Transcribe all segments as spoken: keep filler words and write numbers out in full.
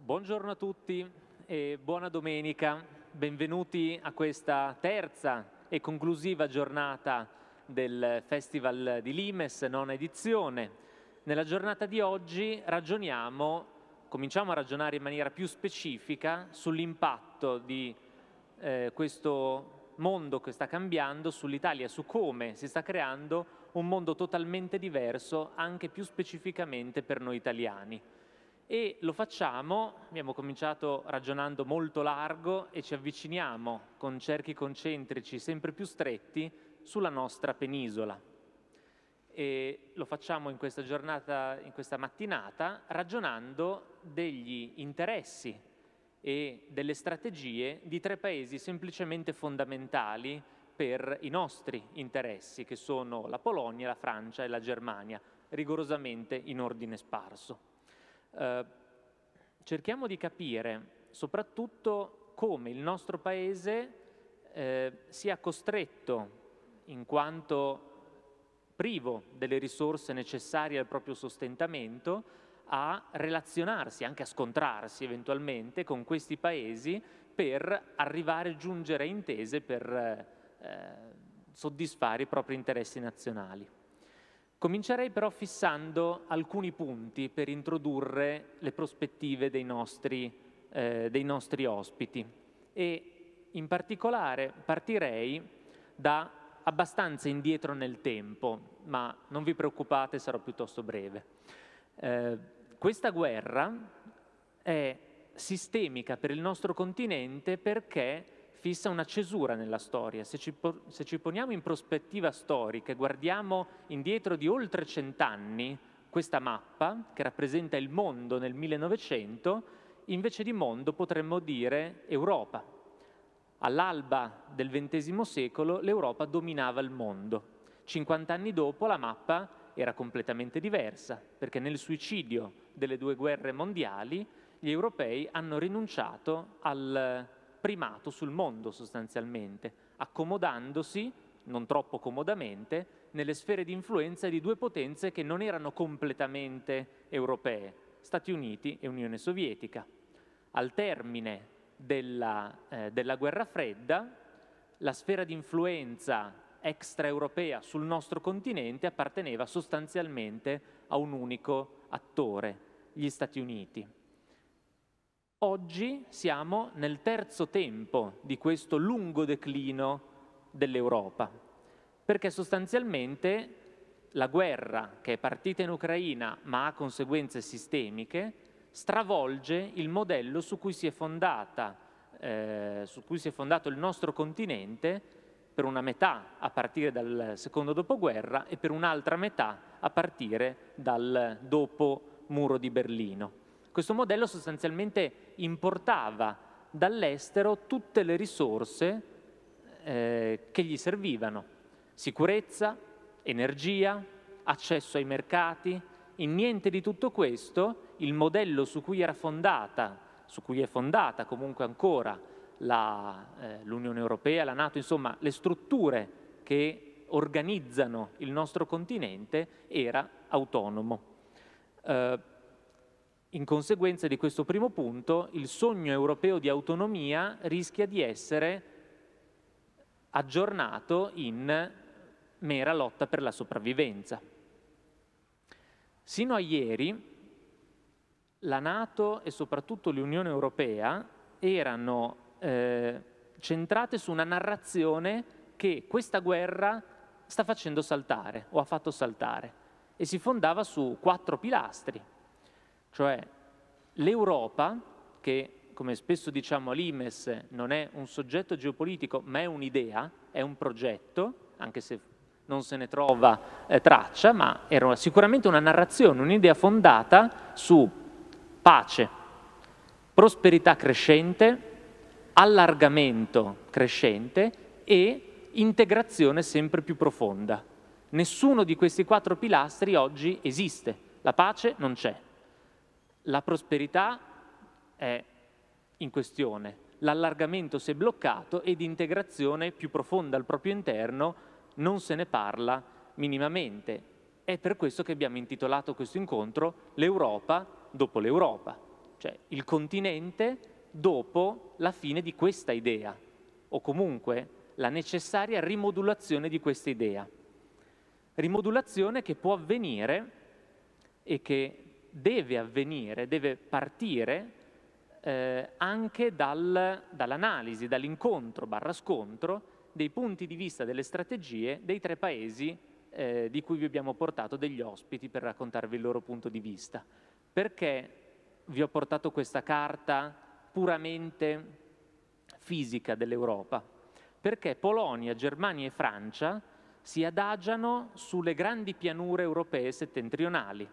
Buongiorno a tutti e buona domenica. Benvenuti a questa terza e conclusiva giornata del Festival di Limes, nona edizione. Nella giornata di oggi ragioniamo, cominciamo a ragionare in maniera più specifica sull'impatto di eh, questo mondo che sta cambiando sull'Italia, su come si sta creando un mondo totalmente diverso, anche più specificamente per noi italiani. E lo facciamo, abbiamo cominciato ragionando molto largo e ci avviciniamo con cerchi concentrici sempre più stretti sulla nostra penisola. E lo facciamo in questa giornata, in questa mattinata, ragionando degli interessi e delle strategie di tre paesi semplicemente fondamentali per i nostri interessi, che sono la Polonia, la Francia e la Germania, rigorosamente in ordine sparso. Uh, cerchiamo di capire soprattutto come il nostro paese eh, sia costretto, in quanto privo delle risorse necessarie al proprio sostentamento, a relazionarsi, anche a scontrarsi eventualmente con questi paesi per arrivare a giungere a intese per eh, soddisfare i propri interessi nazionali. Comincerei però fissando alcuni punti per introdurre le prospettive dei nostri, eh, dei nostri ospiti e in particolare partirei da abbastanza indietro nel tempo, ma non vi preoccupate, sarò piuttosto breve. Eh, questa guerra è sistemica per il nostro continente perché fissa una cesura nella storia. Se ci, se ci poniamo in prospettiva storica e guardiamo indietro di oltre cent'anni questa mappa, che rappresenta il mondo nel millenovecento, invece di mondo potremmo dire Europa. All'alba del ventesimo secolo l'Europa dominava il mondo. cinquant'anni dopo la mappa era completamente diversa, perché nel suicidio delle due guerre mondiali gli europei hanno rinunciato al primato sul mondo sostanzialmente, accomodandosi, non troppo comodamente, nelle sfere di influenza di due potenze che non erano completamente europee, Stati Uniti e Unione Sovietica. Al termine della, eh, della guerra fredda, la sfera di influenza extraeuropea sul nostro continente apparteneva sostanzialmente a un unico attore, gli Stati Uniti. Oggi siamo nel terzo tempo di questo lungo declino dell'Europa, perché sostanzialmente la guerra che è partita in Ucraina ma ha conseguenze sistemiche stravolge il modello su cui si è fondata, eh, su cui si è fondato il nostro continente per una metà a partire dal secondo dopoguerra e per un'altra metà a partire dal dopo Muro di Berlino. Questo modello sostanzialmente importava dall'estero tutte le risorse eh, che gli servivano: sicurezza, energia, accesso ai mercati. In niente di tutto questo il modello su cui era fondata, su cui è fondata comunque ancora la, eh, l'Unione Europea, la NATO, insomma le strutture che organizzano il nostro continente, era autonomo. Eh, In conseguenza di questo primo punto, il sogno europeo di autonomia rischia di essere aggiornato in mera lotta per la sopravvivenza. Sino a ieri, la NATO e soprattutto l'Unione Europea erano eh, centrate su una narrazione che questa guerra sta facendo saltare o ha fatto saltare, e si fondava su quattro pilastri. Cioè l'Europa, che come spesso diciamo a Limes non è un soggetto geopolitico ma è un'idea, è un progetto, anche se non se ne trova eh, traccia, ma era sicuramente una narrazione, un'idea fondata su pace, prosperità crescente, allargamento crescente e integrazione sempre più profonda. Nessuno di questi quattro pilastri oggi esiste, la pace non c'è. La prosperità è in questione, l'allargamento si è bloccato e di integrazione più profonda al proprio interno non se ne parla minimamente. È per questo che abbiamo intitolato questo incontro l'Europa dopo l'Europa. cioè il continente dopo la fine di questa idea, o comunque la necessaria rimodulazione di questa idea. Rimodulazione che può avvenire e che deve avvenire, deve partire eh, anche dal, dall'analisi, dall'incontro barra scontro dei punti di vista, delle strategie dei tre paesi eh, di cui vi abbiamo portato degli ospiti per raccontarvi il loro punto di vista. Perché vi ho portato questa carta puramente fisica dell'Europa? Perché Polonia, Germania e Francia si adagiano sulle grandi pianure europee settentrionali.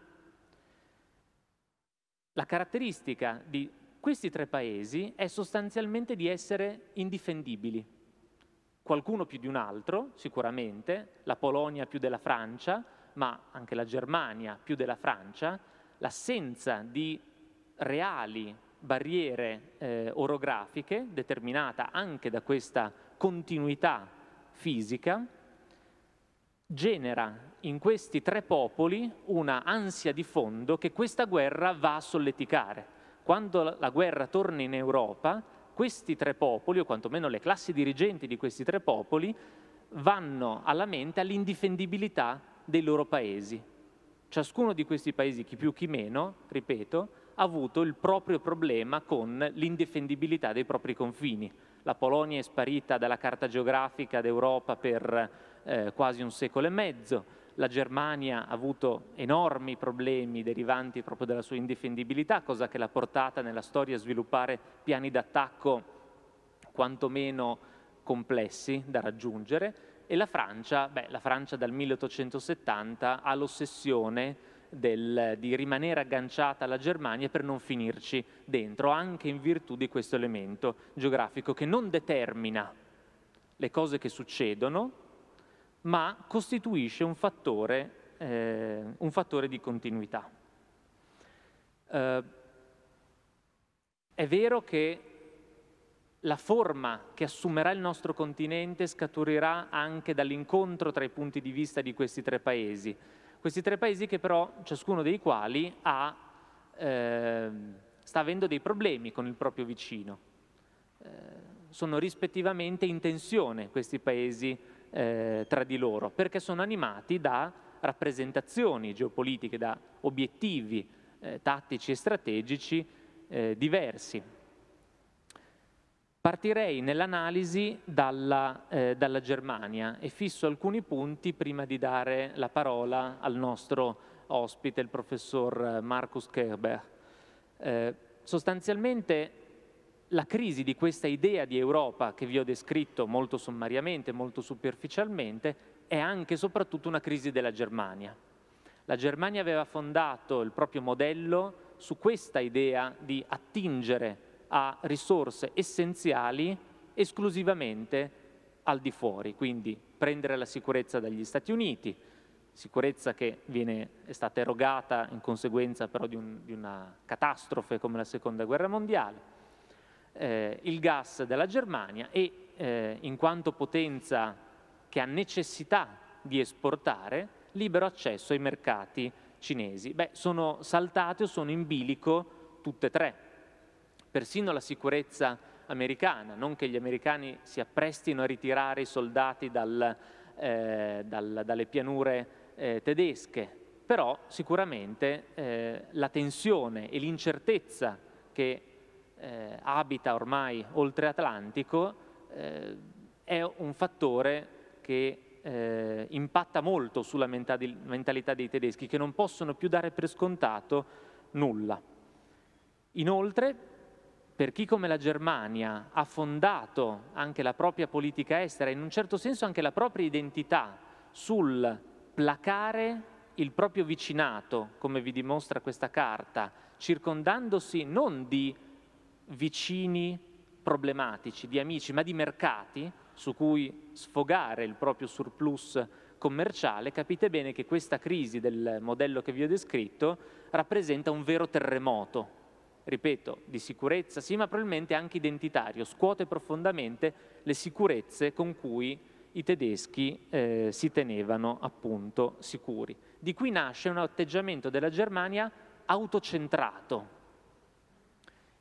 La caratteristica di questi tre paesi è sostanzialmente di essere indifendibili. Qualcuno più di un altro, sicuramente, la Polonia più della Francia, ma anche la Germania più della Francia. L'assenza di reali barriere eh, orografiche, determinata anche da questa continuità fisica, genera in questi tre popoli una ansia di fondo che questa guerra va a solleticare. Quando la guerra torna in Europa, questi tre popoli, o quantomeno le classi dirigenti di questi tre popoli, vanno alla mente all'indifendibilità dei loro paesi. Ciascuno di questi paesi, chi più chi meno, ripeto, ha avuto il proprio problema con l'indifendibilità dei propri confini. La Polonia è sparita dalla carta geografica d'Europa per eh, quasi un secolo e mezzo. La Germania ha avuto enormi problemi derivanti proprio dalla sua indifendibilità, cosa che l'ha portata nella storia a sviluppare piani d'attacco quantomeno complessi da raggiungere. E la Francia, beh, la Francia dal milleottocentosettanta ha l'ossessione del, di rimanere agganciata alla Germania per non finirci dentro, anche in virtù di questo elemento geografico che non determina le cose che succedono, ma costituisce un fattore, eh, un fattore di continuità. Eh, è vero che la forma che assumerà il nostro continente scaturirà anche dall'incontro tra i punti di vista di questi tre paesi. Questi tre paesi che però, ciascuno dei quali, ha, eh, sta avendo dei problemi con il proprio vicino. Eh, sono rispettivamente in tensione questi paesi eh, tra di loro, perché sono animati da rappresentazioni geopolitiche, da obiettivi eh, tattici e strategici eh, diversi. Partirei nell'analisi dalla, eh, dalla Germania e fisso alcuni punti prima di dare la parola al nostro ospite, il professor Markus Kerber. Eh, sostanzialmente la crisi di questa idea di Europa che vi ho descritto molto sommariamente, molto superficialmente, è anche e soprattutto una crisi della Germania. La Germania aveva fondato il proprio modello su questa idea di attingere a risorse essenziali esclusivamente al di fuori, quindi prendere la sicurezza dagli Stati Uniti, sicurezza che viene, è stata erogata in conseguenza però di, un, di una catastrofe come la Seconda Guerra Mondiale, eh, il gas della Germania e eh, in quanto potenza che ha necessità di esportare, libero accesso ai mercati cinesi. Beh, sono saltate o sono in bilico tutte e tre. Persino la sicurezza americana, non che gli americani si apprestino a ritirare i soldati dal, eh, dal, dalle pianure eh, tedesche, però sicuramente eh, la tensione e l'incertezza che eh, abita ormai oltre Atlantico eh, è un fattore che eh, impatta molto sulla mentalità dei tedeschi, che non possono più dare per scontato nulla. Inoltre, per chi come la Germania ha fondato anche la propria politica estera, in un certo senso anche la propria identità, sul placare il proprio vicinato, come vi dimostra questa carta, circondandosi non di vicini problematici, di amici, ma di mercati su cui sfogare il proprio surplus commerciale, capite bene che questa crisi del modello che vi ho descritto rappresenta un vero terremoto. Ripeto, di sicurezza sì, ma probabilmente anche identitario, scuote profondamente le sicurezze con cui i tedeschi eh, si tenevano appunto sicuri. Di qui nasce un atteggiamento della Germania autocentrato,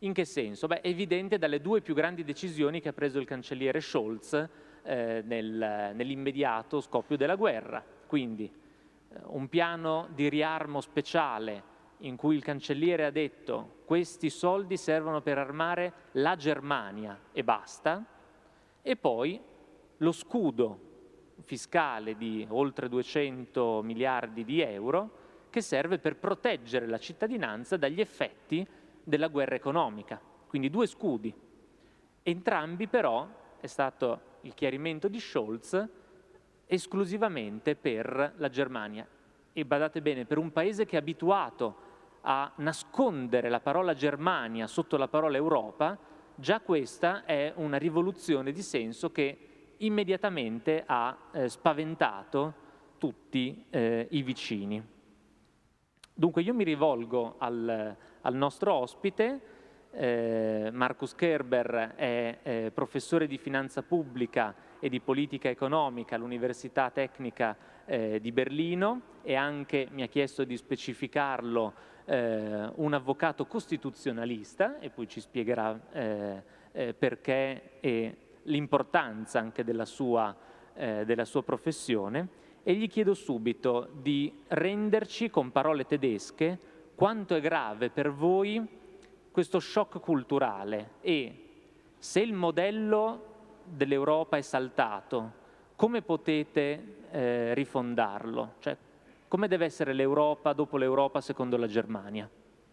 In che senso? Beh, è evidente dalle due più grandi decisioni che ha preso il cancelliere Scholz eh, nel, nell'immediato scoppio della guerra. Quindi eh, un piano di riarmo speciale in cui il cancelliere ha detto questi soldi servono per armare la Germania e basta, e poi lo scudo fiscale di oltre duecento miliardi di euro che serve per proteggere la cittadinanza dagli effetti della guerra economica. Quindi due scudi. Entrambi però, è stato il chiarimento di Scholz, esclusivamente per la Germania. E badate bene, per un paese che è abituato a nascondere la parola Germania sotto la parola Europa, già questa è una rivoluzione di senso che immediatamente ha eh, spaventato tutti eh, i vicini. Dunque io mi rivolgo al, al nostro ospite. eh, Markus Kerber è eh, professore di finanza pubblica e di politica economica all'Università Tecnica eh, di Berlino e anche, mi ha chiesto di specificarlo, eh, un avvocato costituzionalista, e poi ci spiegherà eh, eh, perché e l'importanza anche della sua, eh, della sua professione. E gli chiedo subito di renderci con parole tedesche quanto è grave per voi questo shock culturale e se il modello dell'Europa è saltato, come potete eh, rifondarlo? Cioè, come deve essere l'Europa dopo l'Europa secondo la Germania?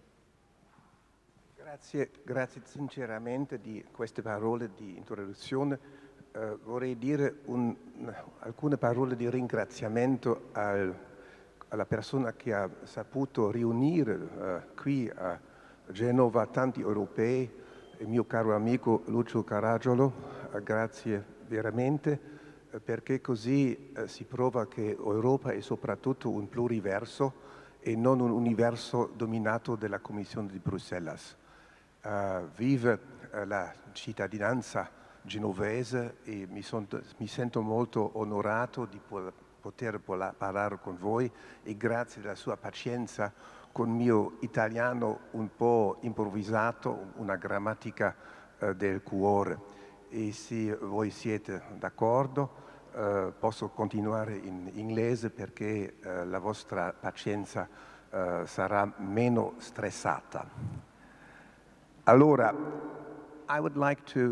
Grazie, grazie sinceramente di queste parole di introduzione. Uh, vorrei dire un, alcune parole di ringraziamento al, alla persona che ha saputo riunire uh, qui a Genova tanti europei, il mio caro amico Lucio Caracciolo. Uh, grazie veramente, uh, perché così uh, si prova che Europa è soprattutto un pluriverso e non un universo dominato dalla Commissione di Bruxelles. Uh, vive uh, la cittadinanza genovese e mi, son, mi sento molto onorato di poter parlare con voi e grazie alla sua pazienza con il mio italiano un po' improvvisato, una grammatica uh, del cuore. E se voi siete d'accordo uh, posso continuare in inglese perché uh, la vostra pazienza uh, sarà meno stressata. Allora, I would like to...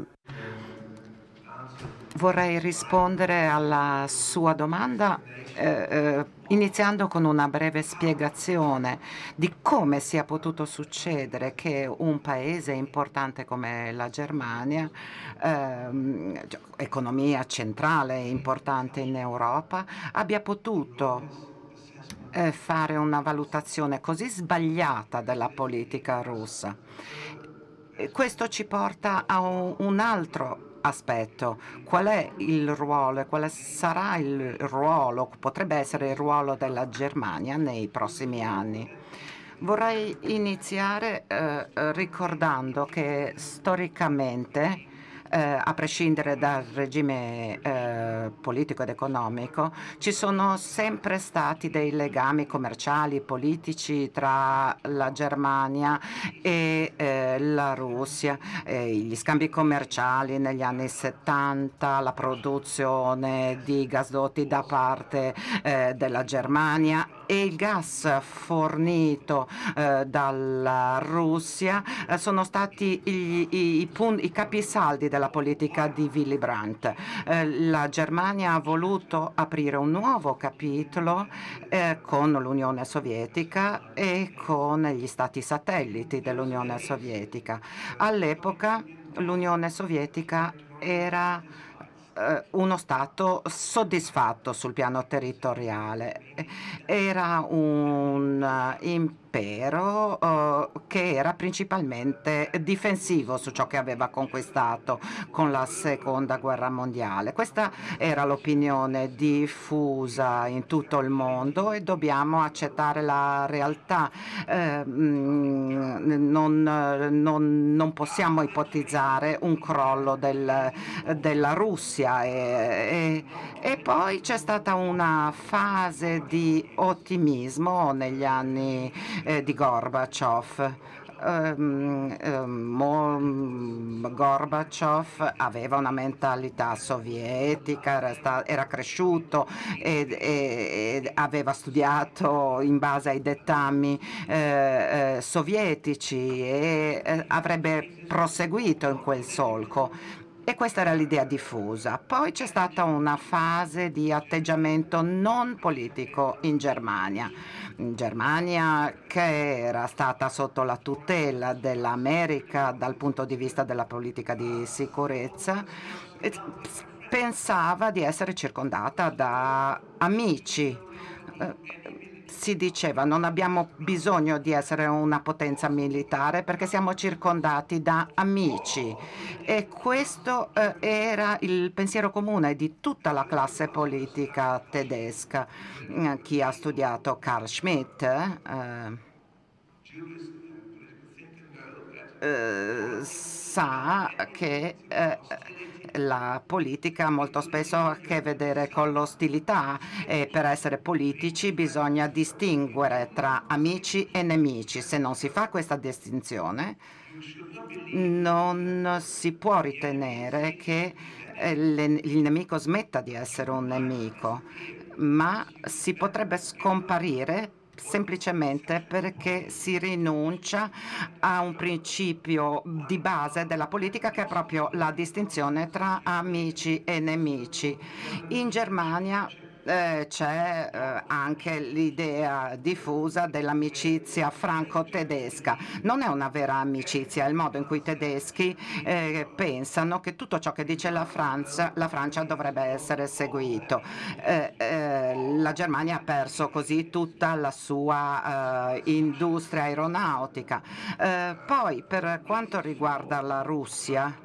Vorrei rispondere alla sua domanda eh, eh, iniziando con una breve spiegazione di come sia potuto succedere che un paese importante come la Germania, ehm, economia centrale e importante in Europa, abbia potuto eh, fare una valutazione così sbagliata della politica russa. E questo ci porta a un, un altro aspetto. Qual è il ruolo e quale sarà il ruolo, potrebbe essere il ruolo della Germania nei prossimi anni? Vorrei iniziare eh, ricordando che storicamente, eh, a prescindere dal regime eh, politico ed economico, ci sono sempre stati dei legami commerciali, politici tra la Germania e eh, la Russia, eh, gli scambi commerciali negli anni settanta, la produzione di gasdotti da parte eh, della Germania e il gas fornito eh, dalla Russia eh, sono stati i, i, i, pun- i capisaldi della politica di Willy Brandt. Eh, la Germania ha voluto aprire un nuovo capitolo eh, con l'Unione Sovietica e con gli stati satelliti dell'Unione Sovietica. All'epoca l'Unione Sovietica era eh, uno Stato soddisfatto sul piano territoriale. Era un uh, impero uh, che era principalmente difensivo su ciò che aveva conquistato con la Seconda Guerra Mondiale. Questa era l'opinione diffusa in tutto il mondo e dobbiamo accettare la realtà. Eh, non, non, non possiamo ipotizzare un crollo del, della Russia e, e, e poi c'è stata una fase di ottimismo negli anni eh, di Gorbaciov. ehm, ehm, Gorbaciov aveva una mentalità sovietica, era, sta- era cresciuto ed, e- ed aveva studiato in base ai dettami eh, eh, sovietici e eh, avrebbe proseguito in quel solco. E questa era l'idea diffusa. Poi c'è stata una fase di atteggiamento non politico in Germania. In Germania, che era stata sotto la tutela dell'America dal punto di vista della politica di sicurezza, eh, pensava di essere circondata da amici. Eh, si diceva non abbiamo bisogno di essere una potenza militare perché siamo circondati da amici, e questo eh, era il pensiero comune di tutta la classe politica tedesca. Mm, Chi ha studiato Carl Schmitt eh, eh, sa che eh, la politica molto spesso ha a che vedere con l'ostilità, e per essere politici bisogna distinguere tra amici e nemici. Se non si fa questa distinzione, non si può ritenere che eh, le- il nemico smetta di essere un nemico, ma si potrebbe scomparire semplicemente perché si rinuncia a un principio di base della politica, che è proprio la distinzione tra amici e nemici. In Germania eh, c'è eh, anche l'idea diffusa dell'amicizia franco-tedesca. Non è una vera amicizia, è il modo in cui i tedeschi eh, pensano che tutto ciò che dice la Francia, la Francia dovrebbe essere seguito. Eh, eh, la Germania ha perso così tutta la sua eh, industria aeronautica. Eh, poi, per quanto riguarda la Russia,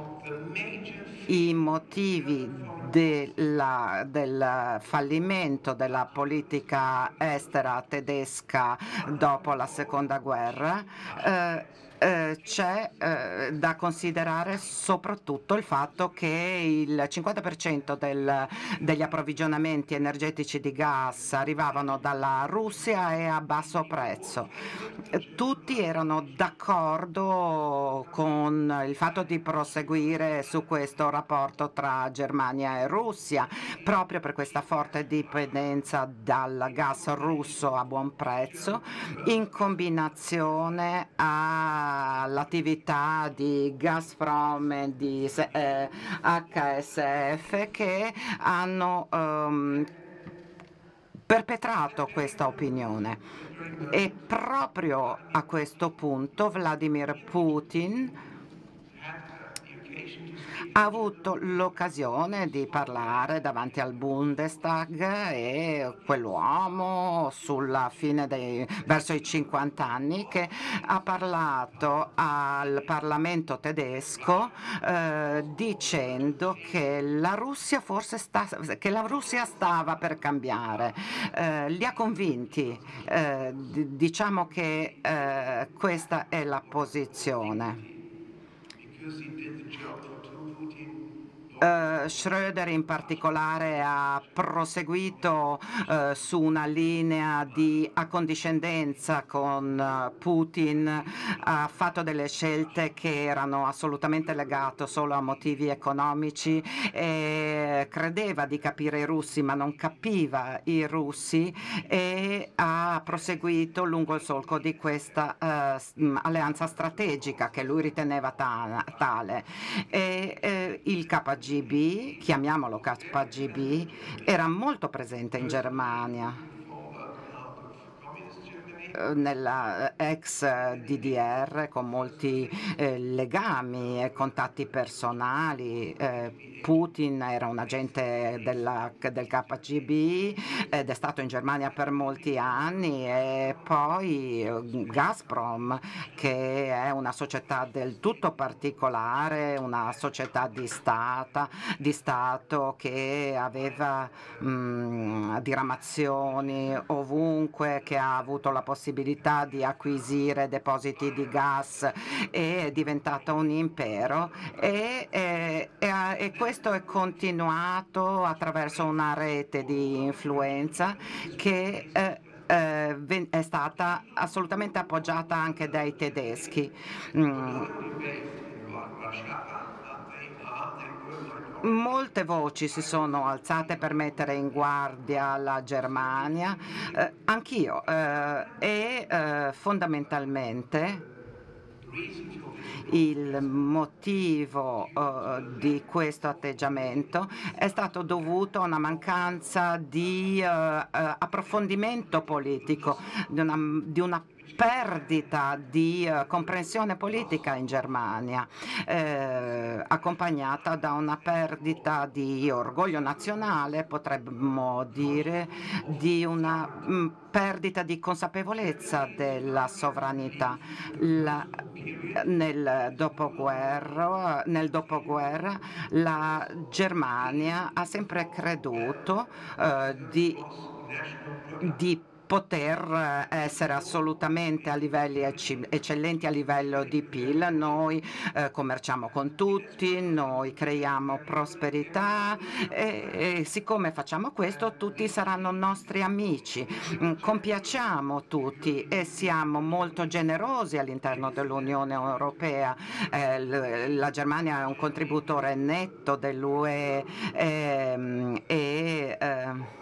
i motivi della- del fallimento della politica estera tedesca dopo la seconda guerra, eh, eh, c'è eh, da considerare soprattutto il fatto che il cinquanta per cento del- degli approvvigionamenti energetici di gas arrivavano dalla Russia e a basso prezzo. Eh, Tutti erano d'accordo con il fatto di proseguire su questo rapporto tra Germania e Russia, proprio per questa forte dipendenza dal gas russo a buon prezzo, in combinazione all'attività di Gazprom e di eh, H S F, che hanno ehm, perpetrato questa opinione. E proprio a questo punto Vladimir Putin ha avuto l'occasione di parlare davanti al Bundestag, e quell'uomo sulla fine dei, verso i cinquanta anni, che ha parlato al Parlamento tedesco eh, dicendo che la Russia forse sta, che la Russia stava per cambiare. Eh, li ha convinti. Eh, d- diciamo che eh, questa è la posizione. Uh, Schröder in particolare ha proseguito uh, su una linea di accondiscendenza con uh, Putin, ha fatto delle scelte che erano assolutamente legate solo a motivi economici, e credeva di capire i russi ma non capiva i russi, e ha proseguito lungo il solco di questa uh, alleanza strategica che lui riteneva ta- tale. E, eh, il K G B, chiamiamolo K G B, era molto presente in Germania, nella ex D D R, con molti eh, legami e contatti personali. Eh, Putin era un agente della, del K G B ed è stato in Germania per molti anni, e poi eh, Gazprom, che è una società del tutto particolare, una società di, stata, di Stato che aveva mh, diramazioni ovunque, che ha avuto la possibilità di acquisire depositi di gas, e è diventata un impero, e, e, e, e questo è continuato attraverso una rete di influenza che eh, eh, è stata assolutamente appoggiata anche dai tedeschi. Mm. Molte voci si sono alzate per mettere in guardia la Germania, eh, anch'io, eh, e eh, fondamentalmente il motivo uh, di questo atteggiamento è stato dovuto a una mancanza di uh, uh, approfondimento politico, di una, di una perdita di uh, comprensione politica in Germania, eh, accompagnata da una perdita di orgoglio nazionale, potremmo dire, di una mh, perdita di consapevolezza della sovranità. La, nel dopoguerra, nel dopoguerra la Germania ha sempre creduto eh, di, di poter essere assolutamente a livelli eccellenti a livello di P I L. Noi eh, commerciamo con tutti, noi creiamo prosperità e, e siccome facciamo questo tutti saranno nostri amici, compiacciamo tutti e siamo molto generosi all'interno dell'Unione Europea. Eh, la Germania è un contributore netto dell'U E ehm, e eh,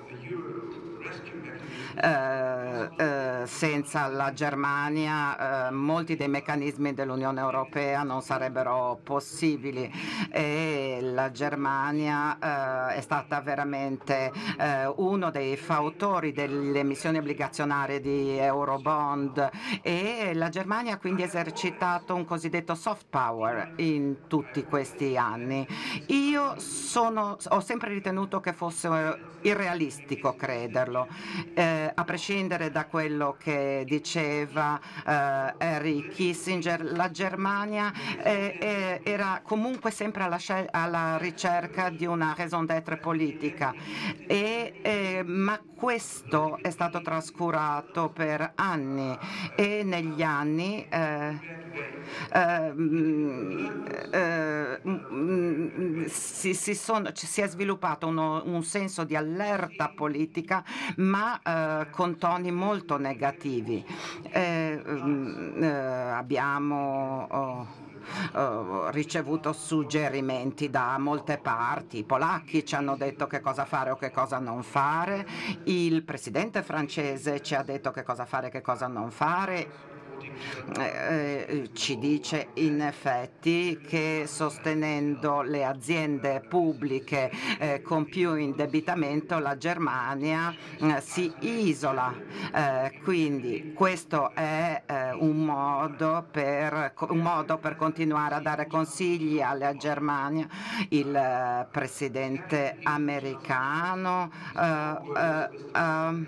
Uh, uh, senza la Germania uh, molti dei meccanismi dell'Unione Europea non sarebbero possibili e la Germania uh, è stata veramente uh, uno dei fautori delle emissioni obbligazionarie di Eurobond e la Germania ha quindi esercitato un cosiddetto soft power in tutti questi anni. Io sono, ho sempre ritenuto che fosse irrealistico crederlo. Eh, a prescindere da quello che diceva eh, Henry Kissinger, la Germania eh, eh, era comunque sempre alla, alla ricerca di una raison d'être politica, e, eh, ma questo è stato trascurato per anni e negli anni eh, eh, eh, si, si, sono, si è sviluppato uno, un senso di allerta politica, ma eh, con toni molto negativi. Eh, eh, abbiamo oh, Uh, ricevuto suggerimenti da molte parti, i polacchi ci hanno detto che cosa fare o che cosa non fare, il presidente francese ci ha detto che cosa fare e che cosa non fare. Eh, ci dice in effetti che sostenendo le aziende pubbliche eh, con più indebitamento la Germania eh, si isola, eh, quindi questo è eh, un, modo per, un modo per continuare a dare consigli alla Germania. Il eh, presidente americano eh, eh, eh,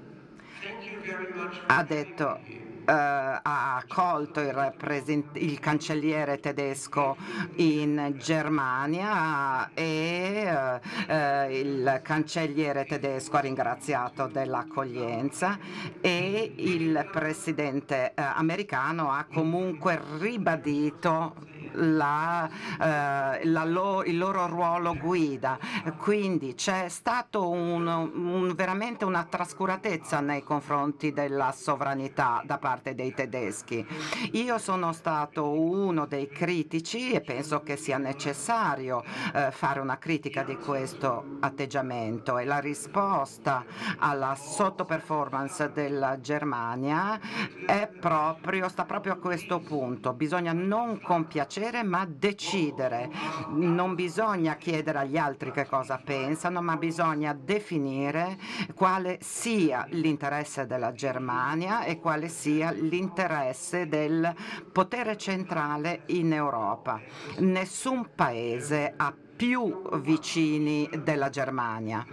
ha detto Uh, ha accolto il, il cancelliere tedesco in Germania e uh, uh, il cancelliere tedesco ha ringraziato dell'accoglienza e il presidente uh, americano ha comunque ribadito La, eh, la lo, il loro ruolo guida, quindi c'è stato un, un, veramente una trascuratezza nei confronti della sovranità da parte dei tedeschi. Io sono stato uno dei critici e penso che sia necessario eh, fare una critica di questo atteggiamento, e la risposta alla sottoperformance della Germania è proprio, sta proprio a questo punto. Bisogna non compiacere ma decidere. Non bisogna chiedere agli altri che cosa pensano, ma bisogna definire quale sia l'interesse della Germania e quale sia l'interesse del potere centrale in Europa. Nessun paese ha più vicini della Germania.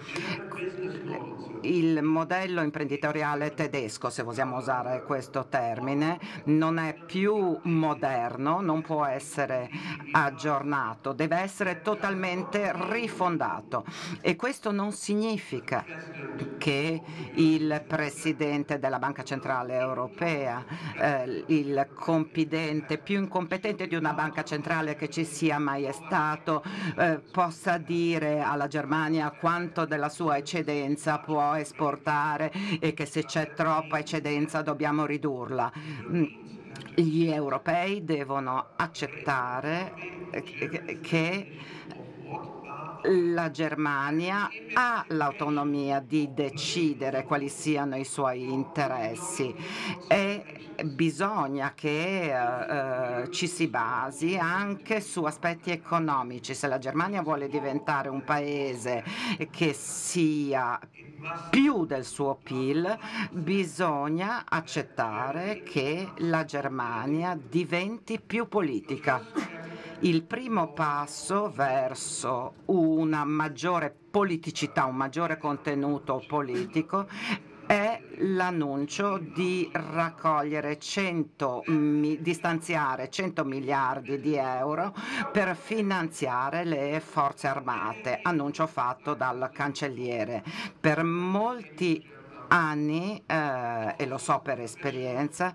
Il modello imprenditoriale tedesco, se vogliamo usare questo termine, non è più moderno, non può essere aggiornato, deve essere totalmente rifondato. E questo non significa che il presidente della Banca Centrale Europea, eh, il compidente più incompetente di una banca centrale che ci sia mai stato, eh, possa dire alla Germania quanto della sua eccedenza può può esportare e che se c'è troppa eccedenza dobbiamo ridurla. Gli europei devono accettare che la Germania ha l'autonomia di decidere quali siano i suoi interessi e bisogna che eh, ci si basi anche su aspetti economici. Se la Germania vuole diventare un paese che sia più del suo P I L, bisogna accettare che la Germania diventi più politica. Il primo passo verso una maggiore politicità, un maggiore contenuto politico è l'annuncio di raccogliere cento, di stanziare cento miliardi di euro per finanziare le forze armate, annuncio fatto dal cancelliere. Per molti anni, eh, e lo so per esperienza,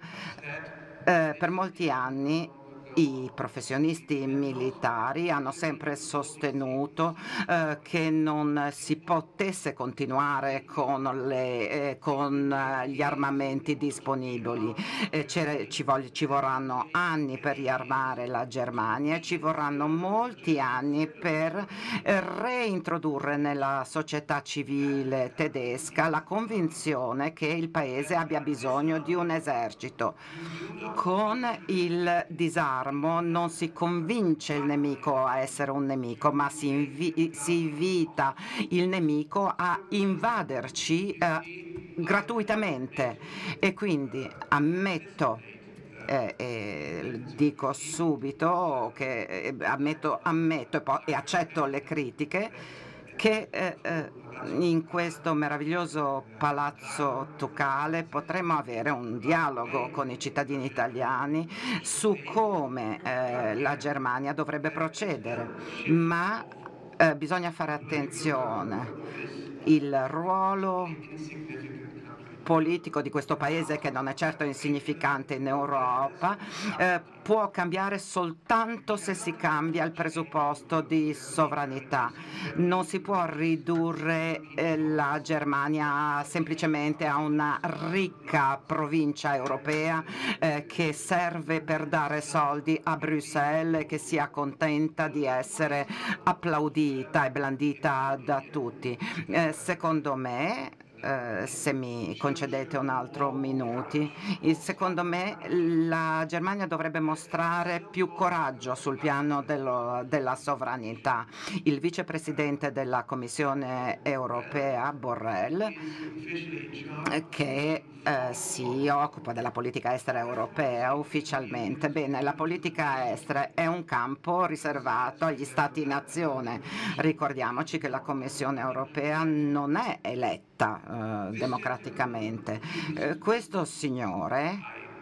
eh, per molti anni i professionisti militari hanno sempre sostenuto eh, che non si potesse continuare con, le, eh, con eh, gli armamenti disponibili. Eh, ci, vog- ci vorranno anni per riarmare la Germania e ci vorranno molti anni per eh, reintrodurre nella società civile tedesca la convinzione che il paese abbia bisogno di un esercito. Con il disarmo non si convince il nemico a essere un nemico, ma si, invi- si invita il nemico a invaderci eh, gratuitamente. E quindi ammetto, eh, eh, dico subito che eh, ammetto, ammetto e, poi, e accetto le critiche, che eh, eh, in questo meraviglioso palazzo ducale potremmo avere un dialogo con i cittadini italiani su come eh, la Germania dovrebbe procedere, ma eh, bisogna fare attenzione. Il ruolo politico di questo paese, che non è certo insignificante in Europa, eh, può cambiare soltanto se si cambia il presupposto di sovranità. Non si può ridurre eh, la Germania semplicemente a una ricca provincia europea eh, che serve per dare soldi a Bruxelles e che sia contenta di essere applaudita e blandita da tutti. Eh, secondo me, Uh, se mi concedete un altro minuto, secondo me la Germania dovrebbe mostrare più coraggio sul piano dello, della sovranità. Il vicepresidente della Commissione europea, Borrell, che uh, si occupa della politica estera europea ufficialmente, bene, la politica estera è un campo riservato agli Stati-nazione. Ricordiamoci che la Commissione europea non è eletta Uh, democraticamente. Uh, questo signore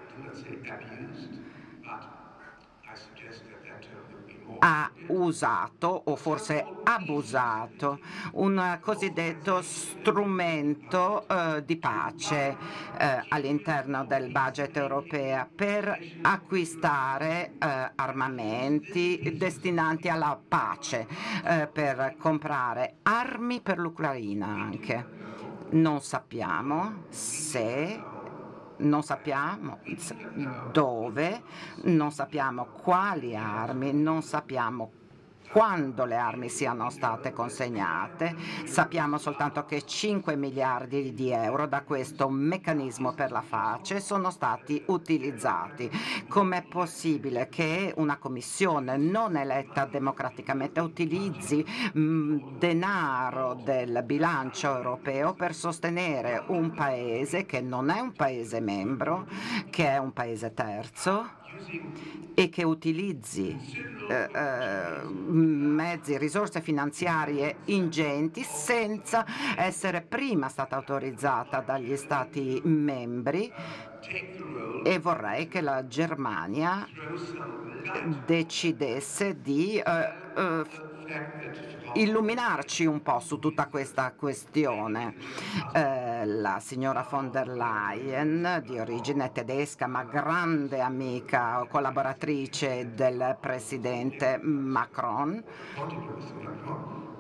ha usato o forse abusato un cosiddetto strumento uh, di pace uh, all'interno del budget europeo per acquistare uh, armamenti destinati alla pace, uh, per comprare armi per l'Ucraina anche. Non sappiamo se, non sappiamo dove, non sappiamo quali armi, non sappiamo quando le armi siano state consegnate. Sappiamo soltanto che cinque miliardi di euro da questo meccanismo per la pace sono stati utilizzati. Com'è possibile che una commissione non eletta democraticamente utilizzi mh, denaro del bilancio europeo per sostenere un paese che non è un paese membro, che è un paese terzo, e che utilizzi eh, eh, mezzi, risorse finanziarie ingenti senza essere prima stata autorizzata dagli Stati membri, e vorrei che la Germania decidesse di eh, eh, illuminarci un po' su tutta questa questione. Eh, la signora von der Leyen, di origine tedesca ma grande amica o collaboratrice del presidente Macron,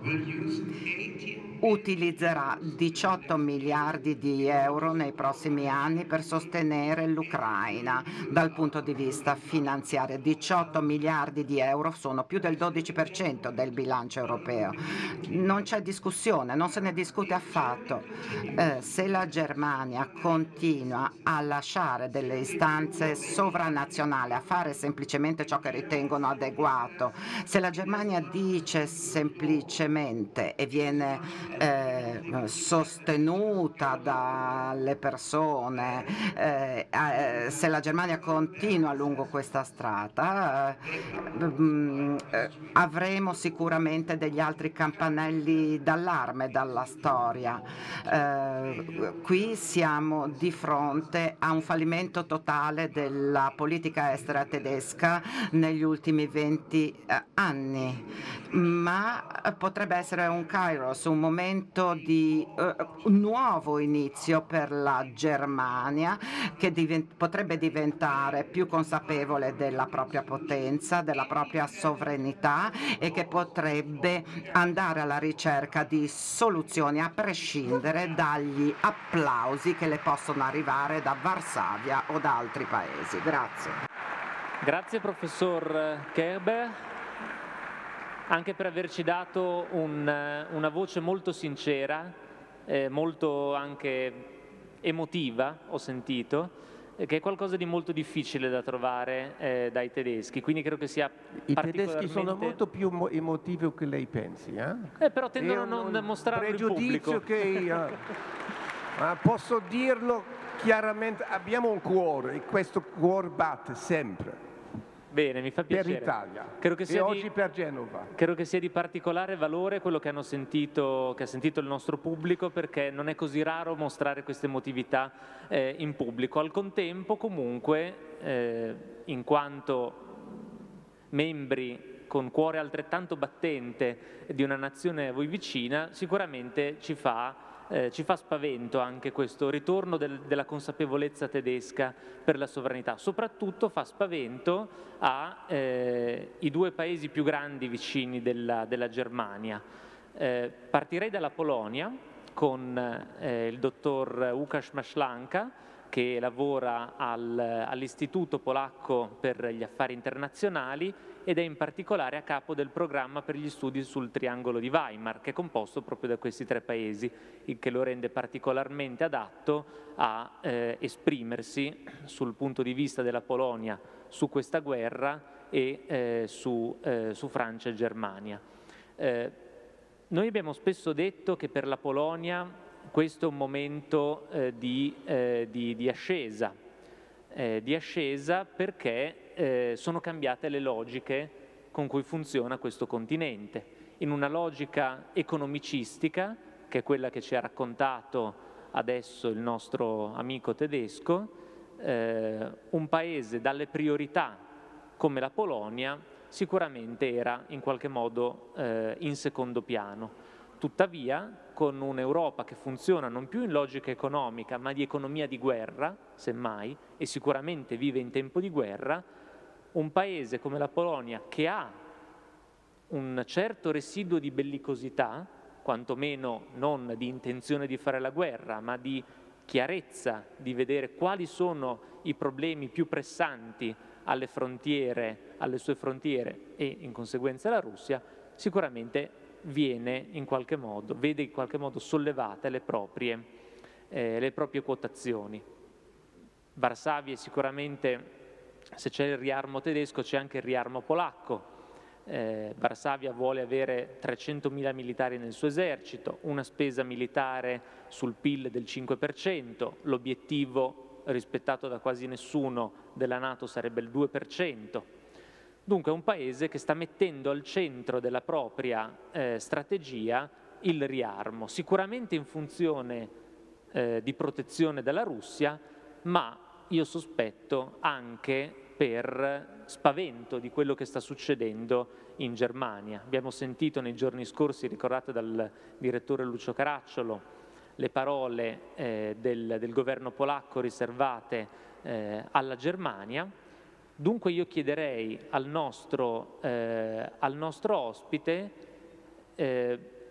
utilizzerà diciotto miliardi di euro nei prossimi anni per sostenere l'Ucraina dal punto di vista finanziario. diciotto miliardi di euro sono più del dodici per cento del bilancio europeo. Non c'è discussione, non se ne discute affatto. Eh, se la Germania continua a lasciare delle istanze sovranazionali, a fare semplicemente ciò che ritengono adeguato, se la Germania dice semplicemente e viene Eh, sostenuta dalle persone, eh, eh, se la Germania continua lungo questa strada, eh, mh, eh, avremo sicuramente degli altri campanelli d'allarme dalla storia. Eh, qui siamo di fronte a un fallimento totale della politica estera tedesca negli ultimi venti eh, anni, ma potrebbe essere un kairos, un momento di uh, un nuovo inizio per la Germania che divent- potrebbe diventare più consapevole della propria potenza, della propria sovranità e che potrebbe andare alla ricerca di soluzioni a prescindere dagli applausi che le possono arrivare da Varsavia o da altri paesi. Grazie. Grazie professor Kerber, anche per averci dato un, una voce molto sincera, eh, molto anche emotiva, ho sentito, eh, che è qualcosa di molto difficile da trovare eh, dai tedeschi, quindi credo che sia I particolarmente... tedeschi sono molto più emotivi che lei pensi, eh? Eh, però tendono a non un mostrarlo in pregiudizio pubblico. che uh, ma posso dirlo chiaramente, abbiamo un cuore e questo cuore batte sempre. Bene, mi fa piacere. Per l'Italia credo che sia e oggi di, per Genova. Credo che sia di particolare valore quello che hanno sentito, che ha sentito il nostro pubblico, perché non è così raro mostrare queste emotività eh, in pubblico. Al contempo, comunque, eh, in quanto membri con cuore altrettanto battente di una nazione a voi vicina, sicuramente ci fa Eh, ci fa spavento anche questo ritorno del, della consapevolezza tedesca per la sovranità. Soprattutto fa spavento ai eh, due paesi più grandi vicini della, della Germania. Eh, partirei dalla Polonia con eh, il dottor Łukasz Maślanka, che lavora al, all'Istituto Polacco per gli Affari Internazionali ed è in particolare a capo del programma per gli studi sul Triangolo di Weimar, che è composto proprio da questi tre paesi, il che lo rende particolarmente adatto a eh, esprimersi sul punto di vista della Polonia su questa guerra e eh, su, eh, su Francia e Germania. Eh, noi abbiamo spesso detto che per la Polonia questo è un momento eh, di, eh, di, di ascesa, eh, di ascesa perché eh, sono cambiate le logiche con cui funziona questo continente. In una logica economicistica, che è quella che ci ha raccontato adesso il nostro amico tedesco, eh, un paese dalle priorità come la Polonia sicuramente era in qualche modo eh, in secondo piano. Tuttavia, con un'Europa che funziona non più in logica economica, ma di economia di guerra, semmai, e sicuramente vive in tempo di guerra, un paese come la Polonia, che ha un certo residuo di bellicosità, quantomeno non di intenzione di fare la guerra, ma di chiarezza, di vedere quali sono i problemi più pressanti alle frontiere, alle sue frontiere e in conseguenza la Russia, sicuramente viene in qualche modo, vede in qualche modo sollevate le proprie, eh, le proprie quotazioni. Varsavia sicuramente, se c'è il riarmo tedesco, c'è anche il riarmo polacco. Eh, Varsavia vuole avere trecentomila militari nel suo esercito, una spesa militare sul P I L del cinque per cento, l'obiettivo rispettato da quasi nessuno della NATO sarebbe il due per cento. Dunque è un paese che sta mettendo al centro della propria eh, strategia il riarmo, sicuramente in funzione eh, di protezione dalla Russia, ma io sospetto anche per spavento di quello che sta succedendo in Germania. Abbiamo sentito nei giorni scorsi, ricordate dal direttore Lucio Caracciolo, le parole eh, del, del governo polacco riservate eh, alla Germania. Dunque io chiederei al nostro, eh, al nostro ospite eh,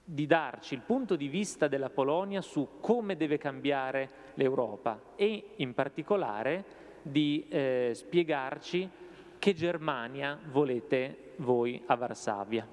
di darci il punto di vista della Polonia su come deve cambiare l'Europa e in particolare di eh, spiegarci che Germania volete voi a Varsavia.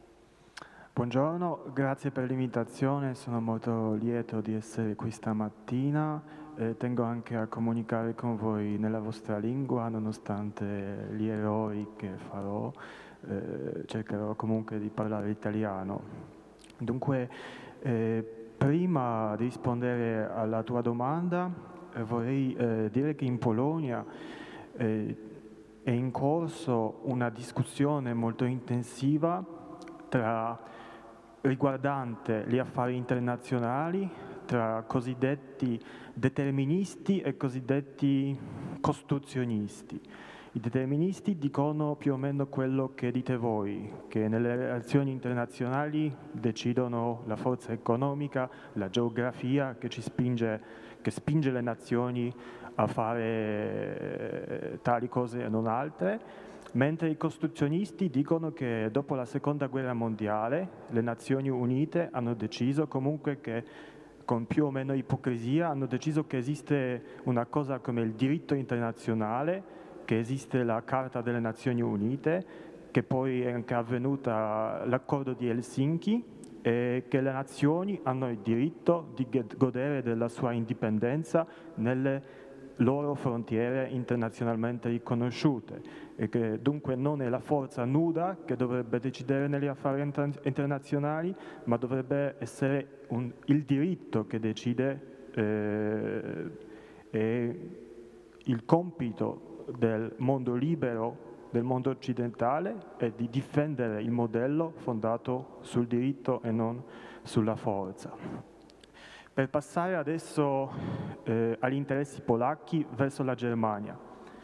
Buongiorno, grazie per l'invitazione, sono molto lieto di essere qui stamattina. Eh, tengo anche a comunicare con voi nella vostra lingua, nonostante gli errori che farò, eh, cercherò comunque di parlare italiano. Dunque, eh, prima di rispondere alla tua domanda, eh, vorrei eh, dire che in Polonia eh, è in corso una discussione molto intensiva tra riguardante gli affari internazionali, tra cosiddetti deterministi e cosiddetti costruzionisti. I deterministi dicono più o meno quello che dite voi, che nelle relazioni internazionali decidono la forza economica, la geografia che ci spinge, che spinge le nazioni a fare tali cose e non altre, mentre i costruzionisti dicono che dopo la seconda guerra mondiale le Nazioni Unite hanno deciso comunque che, con più o meno ipocrisia, hanno deciso che esiste una cosa come il diritto internazionale, che esiste la Carta delle Nazioni Unite, che poi è anche avvenuta l'accordo di Helsinki, e che le nazioni hanno il diritto di godere della sua indipendenza nelle loro frontiere internazionalmente riconosciute, e che dunque non è la forza nuda che dovrebbe decidere negli affari inter- internazionali, ma dovrebbe essere un, il diritto che decide, eh, e il compito del mondo libero, del mondo occidentale, è di difendere il modello fondato sul diritto e non sulla forza. Per passare adesso eh, agli interessi polacchi verso la Germania.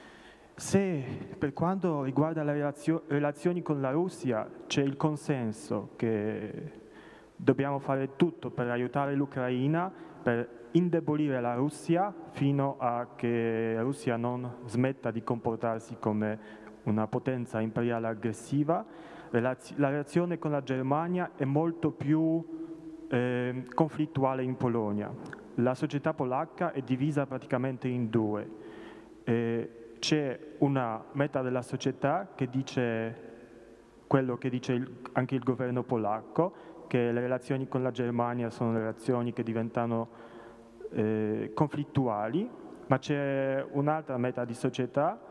Se per quanto riguarda le relazio- relazioni con la Russia c'è il consenso che dobbiamo fare tutto per aiutare l'Ucraina, per indebolire la Russia fino a che la Russia non smetta di comportarsi come una potenza imperiale aggressiva, la relazione con la Germania è molto più Eh, conflittuale in Polonia. La società polacca è divisa praticamente in due. Eh, c'è una metà della società che dice quello che dice il, anche il governo polacco, che le relazioni con la Germania sono relazioni che diventano eh, conflittuali, ma c'è un'altra metà di società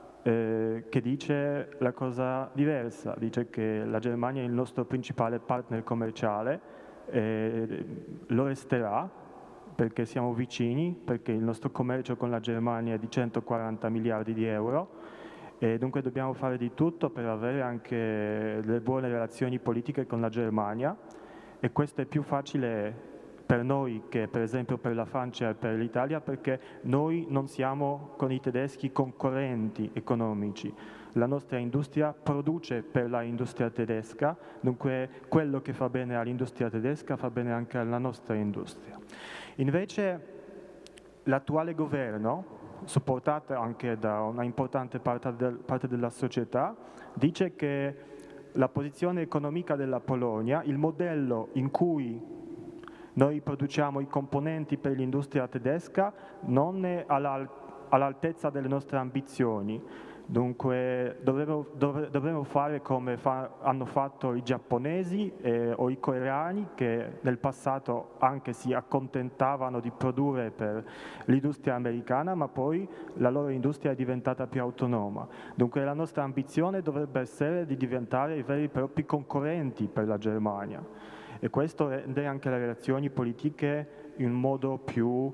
eh, che dice la cosa diversa, dice che la Germania è il nostro principale partner commerciale, Eh, lo resterà perché siamo vicini, perché il nostro commercio con la Germania è di centoquaranta miliardi di euro e dunque dobbiamo fare di tutto per avere anche le buone relazioni politiche con la Germania, e questo è più facile per noi che per esempio per la Francia e per l'Italia, perché noi non siamo con i tedeschi concorrenti economici. La nostra industria produce per l'industria tedesca, dunque quello che fa bene all'industria tedesca fa bene anche alla nostra industria. Invece l'attuale governo, supportato anche da una importante parte, del, parte della società, dice che la posizione economica della Polonia, il modello in cui noi produciamo i componenti per l'industria tedesca, non è all'altezza delle nostre ambizioni. Dunque dovremmo, dov- dovremmo fare come fa- hanno fatto i giapponesi eh, o i coreani, che nel passato anche si accontentavano di produrre per l'industria americana, ma poi la loro industria è diventata più autonoma. Dunque la nostra ambizione dovrebbe essere di diventare i veri e propri concorrenti per la Germania, e questo rende anche le relazioni politiche in modo più,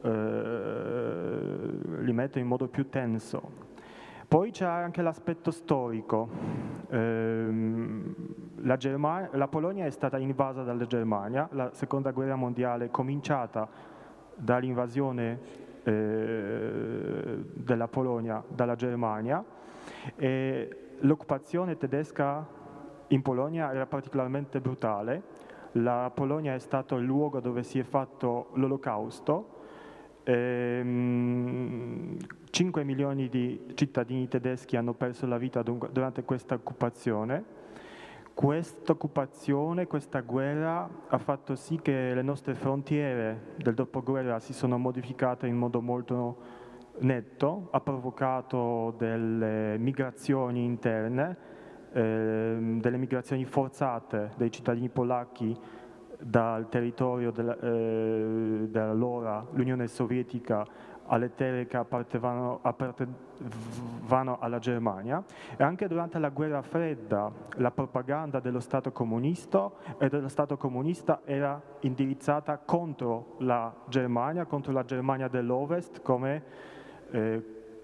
eh, li mette in modo più tenso. Poi c'è anche l'aspetto storico. Eh, la, Germania, la Polonia è stata invasa dalla Germania, la seconda guerra mondiale è cominciata dall'invasione eh, della Polonia dalla Germania, e l'occupazione tedesca in Polonia era particolarmente brutale. La Polonia è stato il luogo dove si è fatto l'Olocausto. Ehm, cinque milioni di cittadini tedeschi hanno perso la vita durante questa occupazione. questa occupazione, questa guerra ha fatto sì che le nostre frontiere del dopoguerra si sono modificate in modo molto netto, ha provocato delle migrazioni interne, eh, delle migrazioni forzate dei cittadini polacchi dal territorio della, eh, dell'allora l'Unione Sovietica alle terre che appartenevano, appartenevano alla Germania, e anche durante la guerra fredda la propaganda dello Stato comunista e dello Stato comunista era indirizzata contro la Germania, contro la Germania dell'Ovest, come eh,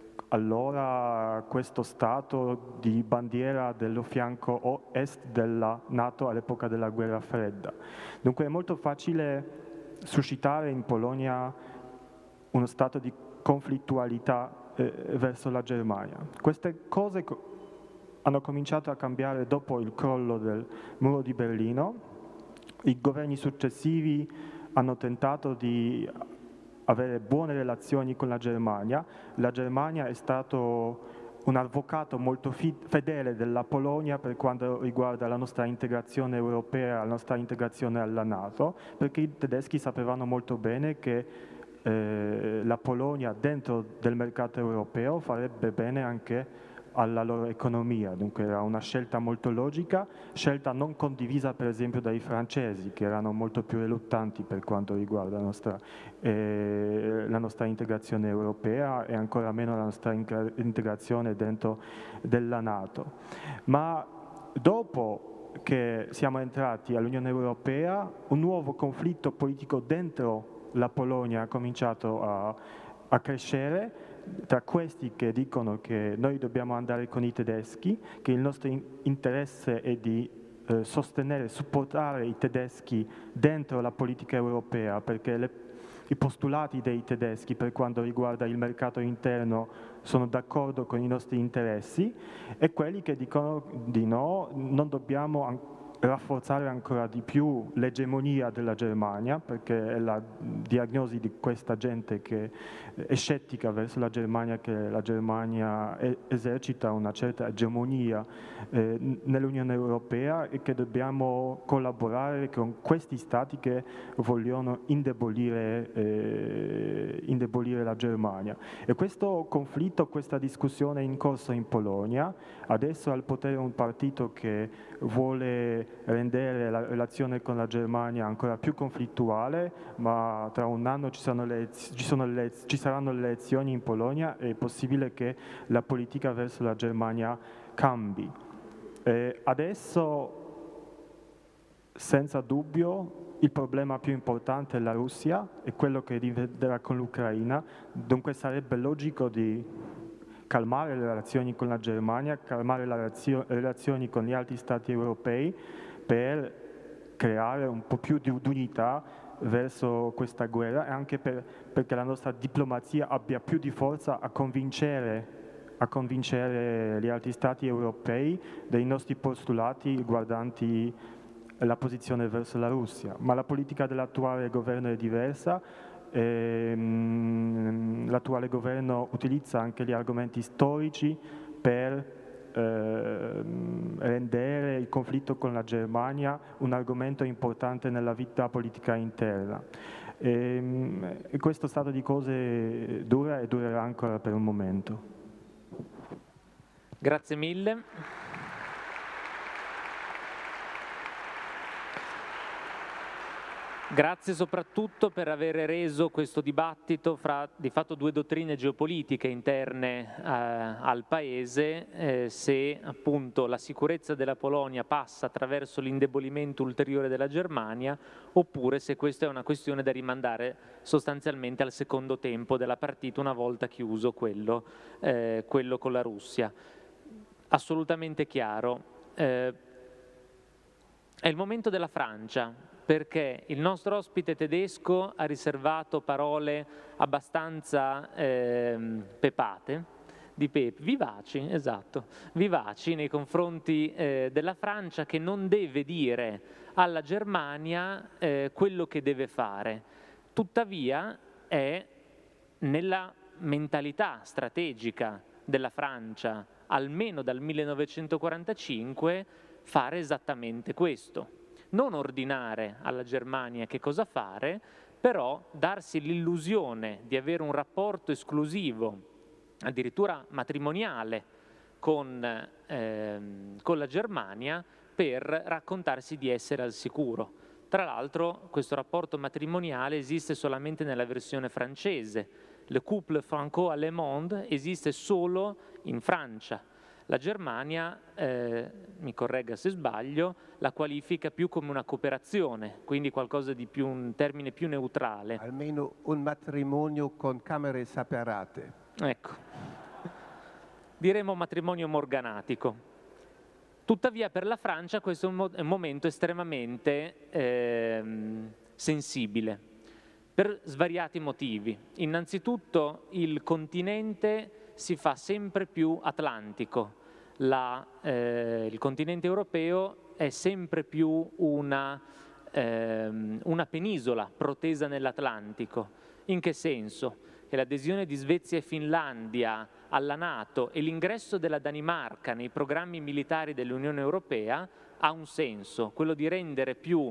allora questo Stato di bandiera dello fianco est della NATO all'epoca della guerra fredda. Dunque è molto facile suscitare in Polonia uno stato di conflittualità eh, verso la Germania. Queste cose co- hanno cominciato a cambiare dopo il crollo del muro di Berlino. I governi successivi hanno tentato di avere buone relazioni con la Germania. La Germania è stato un avvocato molto fedele della Polonia per quanto riguarda la nostra integrazione europea, la nostra integrazione alla NATO, perché i tedeschi sapevano molto bene che Eh, la Polonia dentro del mercato europeo farebbe bene anche alla loro economia, dunque era una scelta molto logica, scelta non condivisa per esempio dai francesi, che erano molto più reluttanti per quanto riguarda la nostra, eh, la nostra integrazione europea e ancora meno la nostra integrazione dentro della NATO. Ma dopo che siamo entrati all'Unione Europea, un nuovo conflitto politico dentro la Polonia ha cominciato a, a crescere, tra questi che dicono che noi dobbiamo andare con i tedeschi, che il nostro in- interesse è di eh, sostenere, supportare i tedeschi dentro la politica europea, perché le, i postulati dei tedeschi per quanto riguarda il mercato interno sono d'accordo con i nostri interessi, e quelli che dicono di no, non dobbiamo ancora rafforzare ancora di più l'egemonia della Germania, perché è la diagnosi di questa gente che è scettica verso la Germania, che la Germania esercita una certa egemonia eh, nell'Unione Europea, e che dobbiamo collaborare con questi stati che vogliono indebolire, eh, indebolire la Germania. E questo conflitto, questa discussione è in corso in Polonia. Adesso al potere un partito che vuole rendere la relazione con la Germania ancora più conflittuale, ma tra un anno ci, sono le, ci, sono le, ci saranno le elezioni in Polonia, e è possibile che la politica verso la Germania cambi. E adesso, senza dubbio, il problema più importante è la Russia, è quello che diventerà con l'Ucraina, dunque sarebbe logico di calmare le relazioni con la Germania, calmare le relazioni con gli altri stati europei per creare un po' più di unità verso questa guerra, e anche per, perché la nostra diplomazia abbia più di forza a convincere, a convincere gli altri stati europei dei nostri postulati riguardanti la posizione verso la Russia. Ma la politica dell'attuale governo è diversa. L'attuale governo utilizza anche gli argomenti storici per eh, rendere il conflitto con la Germania un argomento importante nella vita politica interna. E, e questo stato di cose dura e durerà ancora per un momento. Grazie mille. Grazie soprattutto per aver reso questo dibattito fra di fatto due dottrine geopolitiche interne eh, al Paese, eh, se appunto la sicurezza della Polonia passa attraverso l'indebolimento ulteriore della Germania, oppure se questa è una questione da rimandare sostanzialmente al secondo tempo della partita, una volta chiuso quello, eh, quello con la Russia. Assolutamente chiaro. Eh, è il momento della Francia, perché il nostro ospite tedesco ha riservato parole abbastanza eh, pepate, di pepe, vivaci, esatto, vivaci nei confronti eh, della Francia, che non deve dire alla Germania eh, quello che deve fare. Tuttavia è nella mentalità strategica della Francia, almeno dal millenovecentoquarantacinque, fare esattamente questo. Non ordinare alla Germania che cosa fare, però darsi l'illusione di avere un rapporto esclusivo, addirittura matrimoniale, con, ehm, con la Germania per raccontarsi di essere al sicuro. Tra l'altro questo rapporto matrimoniale esiste solamente nella versione francese. Le couple franco-allemande esiste solo in Francia. La Germania, eh, mi corregga se sbaglio, la qualifica più come una cooperazione, quindi qualcosa di più, un termine più neutrale. Almeno un matrimonio con camere separate. Ecco, diremo matrimonio morganatico. Tuttavia per la Francia questo è un, mo- è un momento estremamente ehm, sensibile, per svariati motivi. Innanzitutto il continente si fa sempre più atlantico, la, eh, il continente europeo è sempre più una, ehm, una penisola protesa nell'Atlantico. In che senso? Che l'adesione di Svezia e Finlandia alla NATO e l'ingresso della Danimarca nei programmi militari dell'Unione Europea ha un senso, quello di rendere più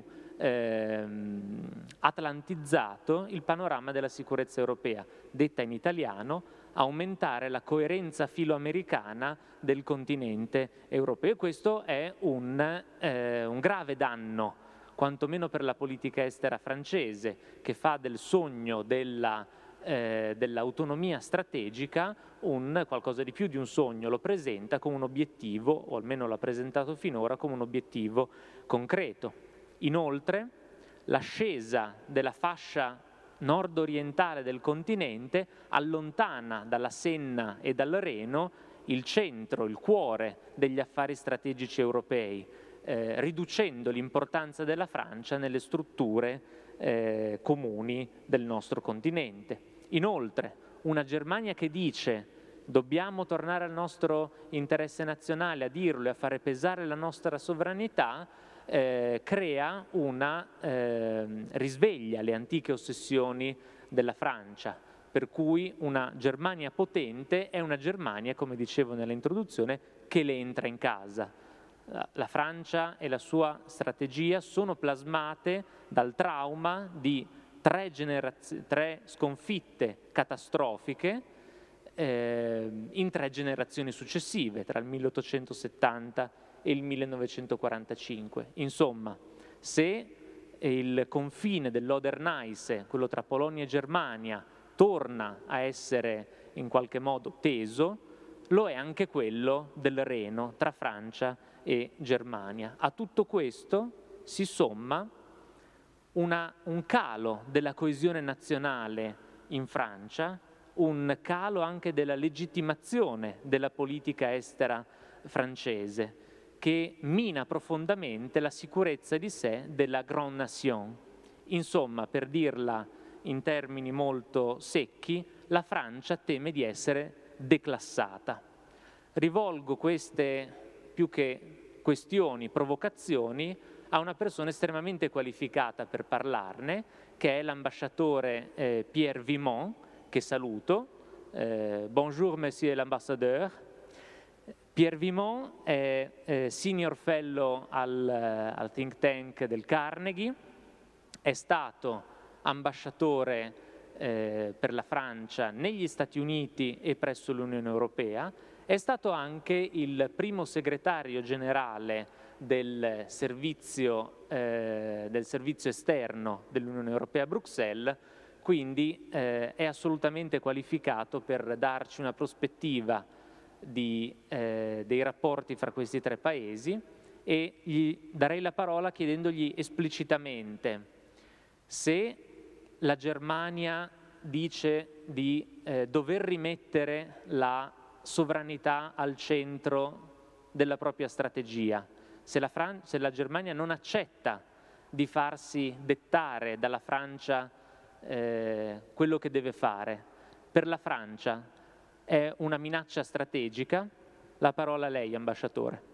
ehm, atlantizzato il panorama della sicurezza europea, detta in italiano, aumentare la coerenza filoamericana del continente europeo. E questo è un, eh, un grave danno, quantomeno per la politica estera francese, che fa del sogno della Eh, dell'autonomia strategica un qualcosa di più di un sogno, lo presenta come un obiettivo, o almeno l'ha presentato finora, come un obiettivo concreto. Inoltre, l'ascesa della fascia nord-orientale del continente allontana dalla Senna e dal Reno il centro, il cuore degli affari strategici europei, eh, riducendo l'importanza della Francia nelle strutture eh, comuni del nostro continente. Inoltre, una Germania che dice dobbiamo tornare al nostro interesse nazionale, a dirlo e a fare pesare la nostra sovranità, eh, crea una eh, risveglia le antiche ossessioni della Francia, per cui una Germania potente è una Germania, come dicevo nell'introduzione, che le entra in casa. La Francia e la sua strategia sono plasmate dal trauma di tre, generaz- tre sconfitte catastrofiche eh, in tre generazioni successive, tra il milleottocentosettanta e il millenovecentoquarantacinque. Insomma, se il confine dell'Oder-Neisse, quello tra Polonia e Germania, torna a essere in qualche modo teso, lo è anche quello del Reno tra Francia e Germania. A tutto questo si somma una, un calo della coesione nazionale in Francia, un calo anche della legittimazione della politica estera francese, che mina profondamente la sicurezza di sé della Grande Nation. Insomma, per dirla in termini molto secchi, la Francia teme di essere declassata. Rivolgo queste più che questioni, provocazioni, a una persona estremamente qualificata per parlarne, che è l'ambasciatore eh, Pierre Vimont, che saluto. Eh, bonjour, monsieur l'ambassadeur. Pierre Vimont è eh, senior fellow al, al think tank del Carnegie, è stato ambasciatore eh, per la Francia negli Stati Uniti e presso l'Unione Europea, è stato anche il primo segretario generale del servizio, eh, del servizio esterno dell'Unione Europea a Bruxelles, quindi eh, è assolutamente qualificato per darci una prospettiva di, eh, dei rapporti fra questi tre paesi, e gli darei la parola chiedendogli esplicitamente se la Germania dice di eh, dover rimettere la sovranità al centro della propria strategia, se la, Fran- se la Germania non accetta di farsi dettare dalla Francia eh, quello che deve fare. Per la Francia è una minaccia strategica. La parola a lei, ambasciatore.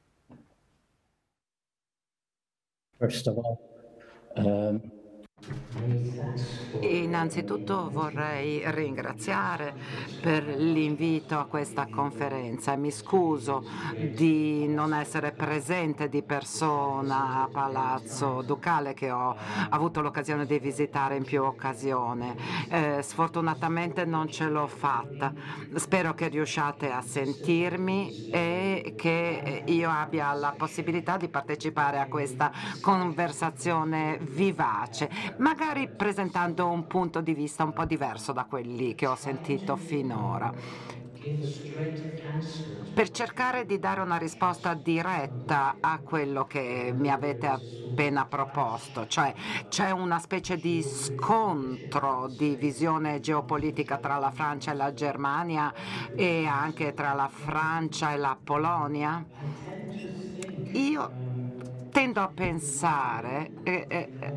First of all, um, Innanzitutto vorrei ringraziare per l'invito a questa conferenza e mi scuso di non essere presente di persona a Palazzo Ducale, che ho avuto l'occasione di visitare in più occasioni. Eh, sfortunatamente non ce l'ho fatta. Spero che riusciate a sentirmi e che io abbia la possibilità di partecipare a questa conversazione vivace, magari presentando un punto di vista un po' diverso da quelli che ho sentito finora, per cercare di dare una risposta diretta a quello che mi avete appena proposto. Cioè, c'è una specie di scontro di visione geopolitica tra la Francia e la Germania e anche tra la Francia e la Polonia? Io tendo a pensare eh, eh,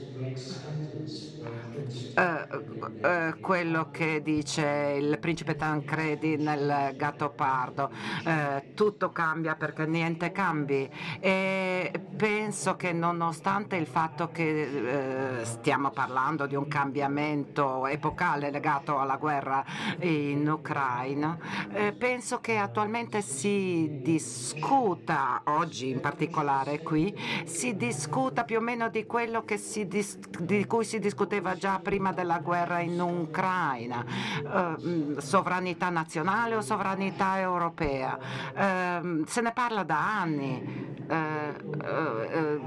eh, eh, quello che dice il principe Tancredi nel Gattopardo: eh, tutto cambia perché niente cambi, e penso che nonostante il fatto che eh, stiamo parlando di un cambiamento epocale legato alla guerra in Ucraina, eh, penso che attualmente si discuta, oggi in particolare qui, si discuta più o meno di quello che si dis- di cui si discuteva già prima della guerra in Ucraina: eh, sovranità nazionale o sovranità europea. Eh, se ne parla da anni. Eh, eh,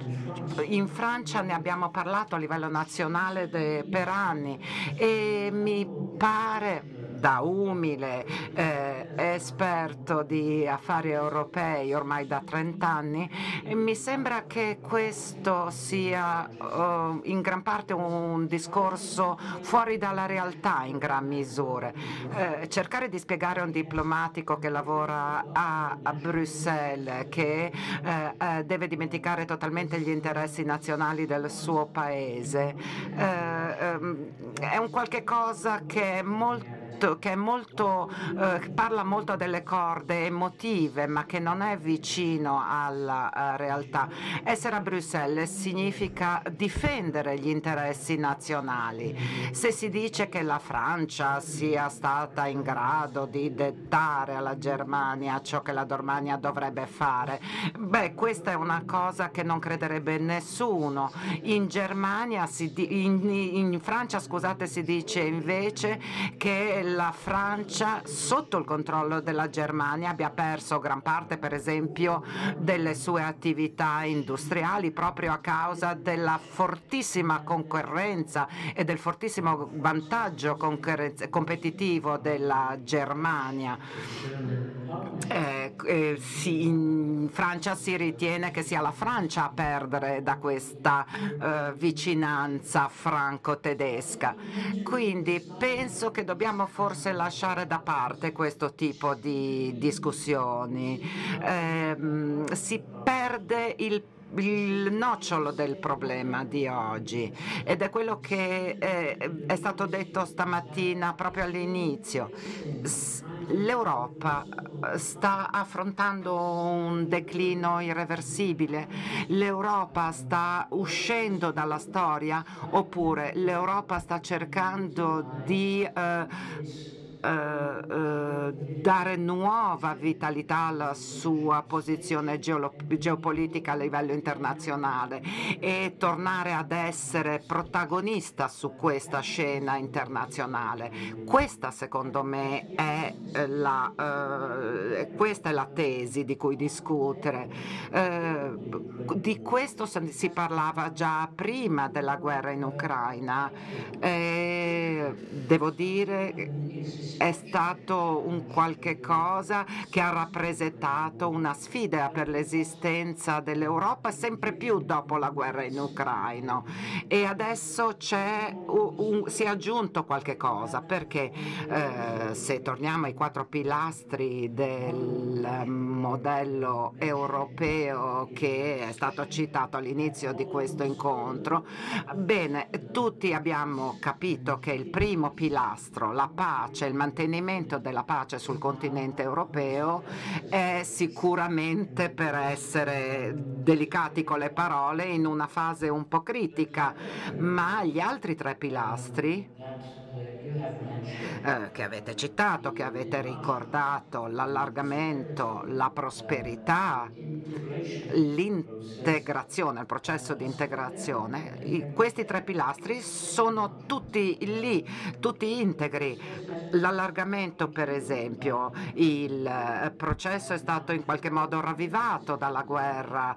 in Francia ne abbiamo parlato a livello nazionale de- per anni, e mi pare, da umile eh, esperto di affari europei ormai da trenta anni, mi sembra che questo sia uh, in gran parte un discorso fuori dalla realtà in gran misura. Eh, cercare di spiegare a un diplomatico che lavora a, a Bruxelles che eh, eh, deve dimenticare totalmente gli interessi nazionali del suo paese eh, ehm, è un qualche cosa che è molto che è molto, eh, parla molto delle corde emotive, ma che non è vicino alla uh, realtà. Essere a Bruxelles significa difendere gli interessi nazionali. Se si dice che la Francia sia stata in grado di dettare alla Germania ciò che la Germania dovrebbe fare, beh, questa è una cosa che non crederebbe nessuno. In Germania si di- in, in Francia, scusate, si dice invece che la Francia, sotto il controllo della Germania, abbia perso gran parte, per esempio, delle sue attività industriali proprio a causa della fortissima concorrenza e del fortissimo vantaggio competitivo della Germania. Eh, eh, sì, in Francia si ritiene che sia la Francia a perdere da questa eh, vicinanza franco-tedesca. Quindi penso che dobbiamo forse lasciare da parte questo tipo di discussioni. Eh, si perde il il nocciolo del problema di oggi, ed è quello che eh, è stato detto stamattina proprio all'inizio. L'Europa sta affrontando un declino irreversibile. L'Europa sta uscendo dalla storia, oppure l'Europa sta cercando di eh, Uh, uh, dare nuova vitalità alla sua posizione geolo- geopolitica a livello internazionale e tornare ad essere protagonista su questa scena internazionale. Questa, secondo me, è la, uh, questa è la tesi di cui discutere. Uh, di questo si parlava già prima della guerra in Ucraina. E devo dire è stato un qualche cosa che ha rappresentato una sfida per l'esistenza dell'Europa sempre più dopo la guerra in Ucraina, e adesso c'è un, un, si è aggiunto qualche cosa, perché eh, se torniamo ai quattro pilastri del modello europeo che è stato citato all'inizio di questo incontro, bene, tutti abbiamo capito che il primo pilastro, la pace, il mantenimento della pace sul continente europeo, è sicuramente, per essere delicati con le parole, in una fase un po' critica, ma gli altri tre pilastri eh, che avete citato, che avete ricordato, l'allargamento, la prosperità, l'integrazione, il processo di integrazione, i, questi tre pilastri sono tutti lì, tutti integri. L'allargamento, per esempio, il eh, processo è stato in qualche modo ravvivato dalla guerra,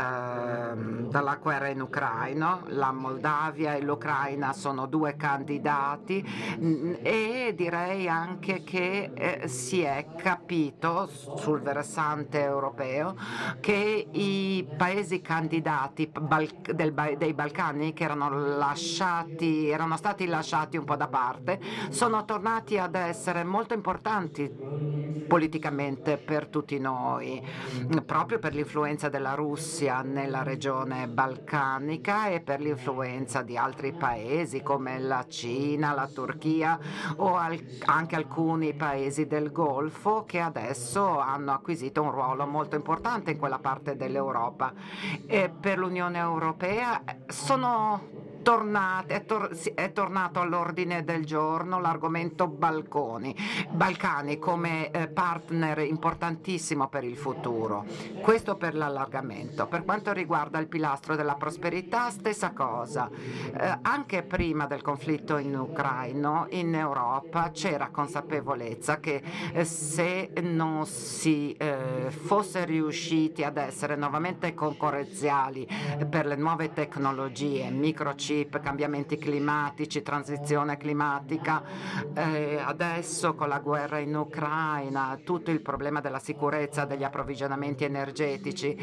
eh, dalla guerra in Ucraina. La Moldavia e l'Ucraina sono due candidati mh, e direi anche che eh, si è capito sul versante europeo che i paesi candidati bal- del ba- dei Balcani, che erano lasciati, erano stati lasciati un po' da parte, sono tornati ad essere molto importanti politicamente per tutti noi, proprio per l'influenza della Russia nella regione balcanica e per l'influenza di altri paesi come la Cina, la Turchia o al- anche alcuni paesi del Golfo, che adesso hanno acquisito un ruolo molto importante in quella parte dell'Europa. E per l'Unione Europea sono tornate, è, tor- si- è tornato all'ordine del giorno l'argomento Balconi, Balcani come eh, partner importantissimo per il futuro. Questo per l'allargamento. Per quanto riguarda il pilastro della prosperità, stessa cosa. Eh, anche prima del conflitto in Ucraina, in Europa c'era consapevolezza che eh, se non si eh, fosse riusciti ad essere nuovamente concorrenziali per le nuove tecnologie, microchip, cambiamenti climatici, transizione climatica, eh, adesso con la guerra in Ucraina, tutto il problema della sicurezza degli approvvigionamenti energetici,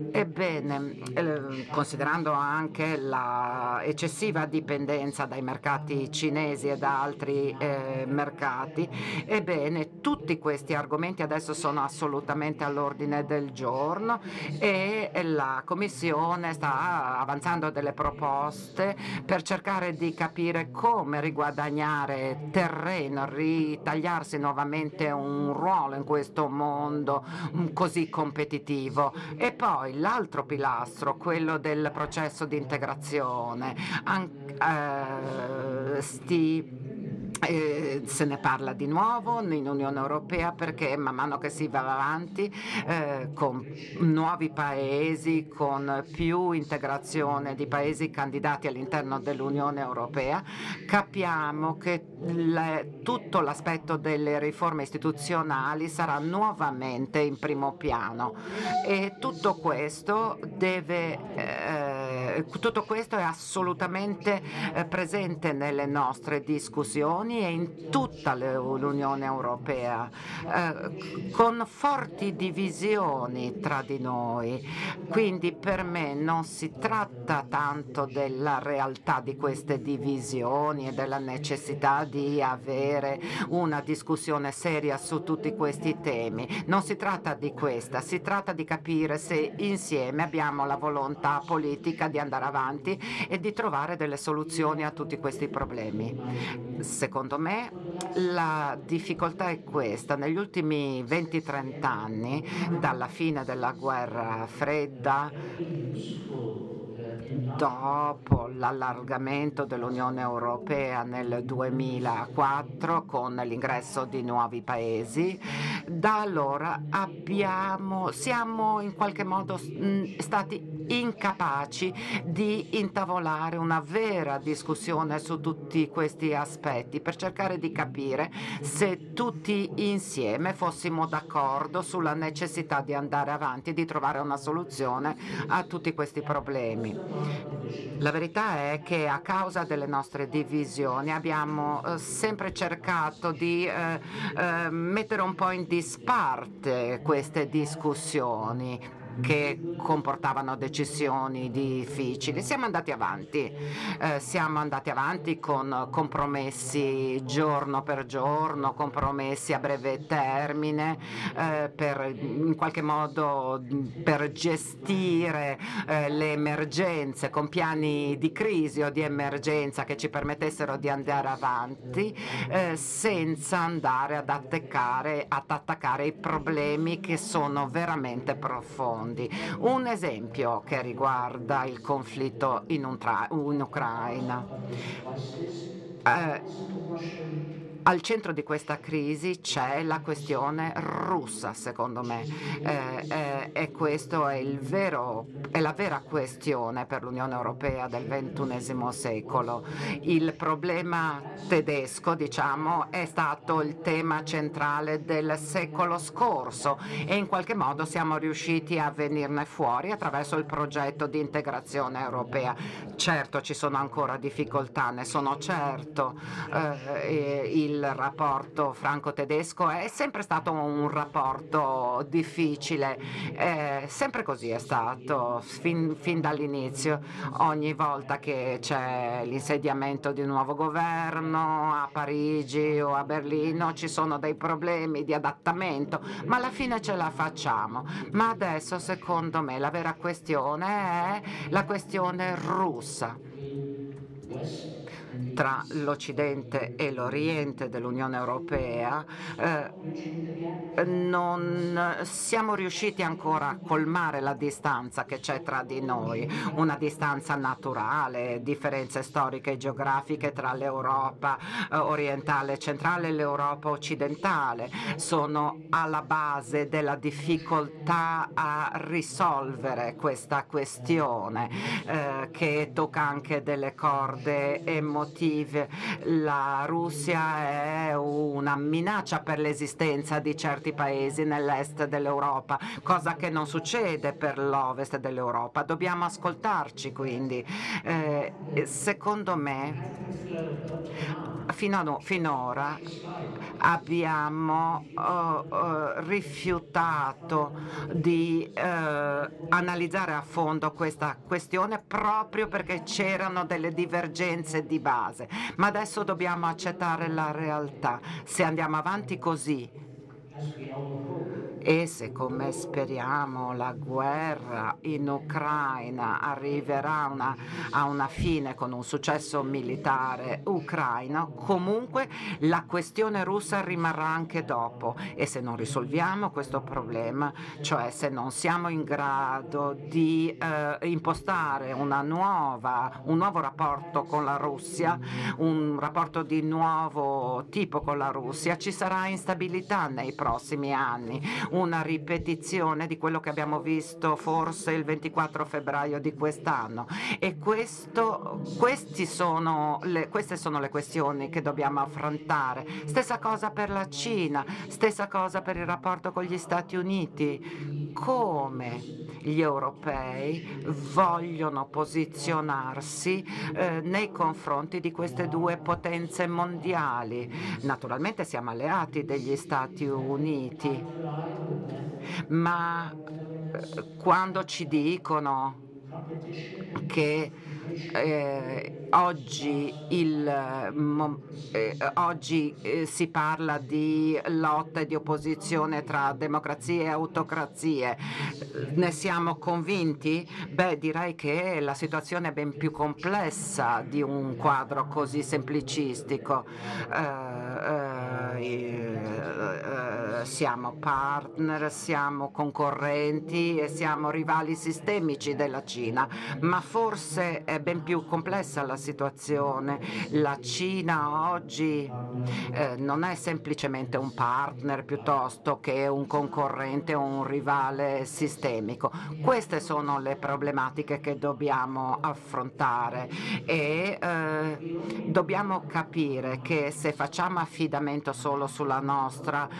ebbene, eh, considerando anche la eccessiva dipendenza dai mercati cinesi e da altri eh, mercati, ebbene, tutti questi argomenti adesso sono assolutamente all'ordine del giorno e la Commissione sta avanzando delle proposte per cercare di capire come riguadagnare terreno, ritagliarsi nuovamente un ruolo in questo mondo così competitivo. E poi l'altro pilastro, quello del processo di integrazione, An- eh, sti Eh, se ne parla di nuovo in Unione Europea, perché man mano che si va avanti eh, con nuovi paesi, con più integrazione di paesi candidati all'interno dell'Unione Europea, capiamo che le, tutto l'aspetto delle riforme istituzionali sarà nuovamente in primo piano e tutto questo deve eh, tutto questo è assolutamente eh, presente nelle nostre discussioni e in tutta l'Unione Europea, eh, con forti divisioni tra di noi. Quindi per me non si tratta tanto della realtà di queste divisioni e della necessità di avere una discussione seria su tutti questi temi. Non si tratta di questa, si tratta di capire se insieme abbiamo la volontà politica di andare avanti e di trovare delle soluzioni a tutti questi problemi. Secondo me la difficoltà è questa: negli ultimi venti trenta anni, dalla fine della guerra fredda, dopo l'allargamento dell'Unione Europea nel duemilaquattro con l'ingresso di nuovi paesi, da allora abbiamo, siamo in qualche modo mh, stati incapaci di intavolare una vera discussione su tutti questi aspetti per cercare di capire se tutti insieme fossimo d'accordo sulla necessità di andare avanti e di trovare una soluzione a tutti questi problemi. La verità è che a causa delle nostre divisioni abbiamo eh, sempre cercato di eh, eh, mettere un po' in disparte queste discussioni che comportavano decisioni difficili. Siamo andati avanti, eh, siamo andati avanti con compromessi giorno per giorno, compromessi a breve termine, eh, per in qualche modo per gestire eh, le emergenze con piani di crisi o di emergenza che ci permettessero di andare avanti eh, senza andare ad attaccare, ad attaccare i problemi che sono veramente profondi. Un esempio che riguarda il conflitto in, Utra- in Ucraina. Eh, Al centro di questa crisi c'è la questione russa, secondo me, eh, eh, e questo è, il vero, è la vera questione per l'Unione Europea del ventunesimo secolo. Il problema tedesco, diciamo, è stato il tema centrale del secolo scorso e in qualche modo siamo riusciti a venirne fuori attraverso il progetto di integrazione europea. Certo, ci sono ancora difficoltà, ne sono certo. Eh, il Il rapporto franco-tedesco è sempre stato un rapporto difficile, eh, sempre così è stato, fin, fin dall'inizio. Ogni volta che c'è l'insediamento di un nuovo governo a Parigi o a Berlino ci sono dei problemi di adattamento, ma alla fine ce la facciamo. Ma adesso, secondo me, la vera questione è la questione russa. Tra l'Occidente e l'Oriente dell'Unione Europea eh, non siamo riusciti ancora a colmare la distanza che c'è tra di noi, una distanza naturale, differenze storiche e geografiche tra l'Europa eh, orientale e centrale e l'Europa occidentale sono alla base della difficoltà a risolvere questa questione eh, che tocca anche delle corde emotive. La Russia è una minaccia per l'esistenza di certi paesi nell'est dell'Europa, cosa che non succede per l'ovest dell'Europa. Dobbiamo ascoltarci quindi. Eh, secondo me fino a, finora abbiamo uh, uh, rifiutato di uh, analizzare a fondo questa questione proprio perché c'erano delle divergenze di base, ma adesso dobbiamo accettare la realtà. Se andiamo avanti così e se, come speriamo, la guerra in Ucraina arriverà una, a una fine con un successo militare ucraino, comunque la questione russa rimarrà anche dopo e se non risolviamo questo problema, cioè se non siamo in grado di eh, impostare una nuova, un nuovo rapporto con la Russia, un rapporto di nuovo tipo con la Russia, ci sarà instabilità nei prossimi anni, una ripetizione di quello che abbiamo visto forse il ventiquattro febbraio di quest'anno e questo, questi sono le, queste sono le questioni che dobbiamo affrontare. Stessa cosa per la Cina, stessa cosa per il rapporto con gli Stati Uniti. Come gli europei vogliono posizionarsi eh, nei confronti di queste due potenze mondiali. Naturalmente siamo alleati degli Stati Uniti, ma eh, quando ci dicono che eh, oggi, il, mo, eh, oggi eh, si parla di lotta e di opposizione tra democrazie e autocrazie. Ne siamo convinti? Beh, direi che la situazione è ben più complessa di un quadro così semplicistico. Eh, eh, eh, siamo partner, siamo concorrenti e siamo rivali sistemici della Cina, ma forse è ben più complessa la situazione. La Cina oggi eh, non è semplicemente un partner piuttosto che un concorrente o un rivale sistemico. Queste sono le problematiche che dobbiamo affrontare e eh, dobbiamo capire che se facciamo affidamento solo sulla nostra eh,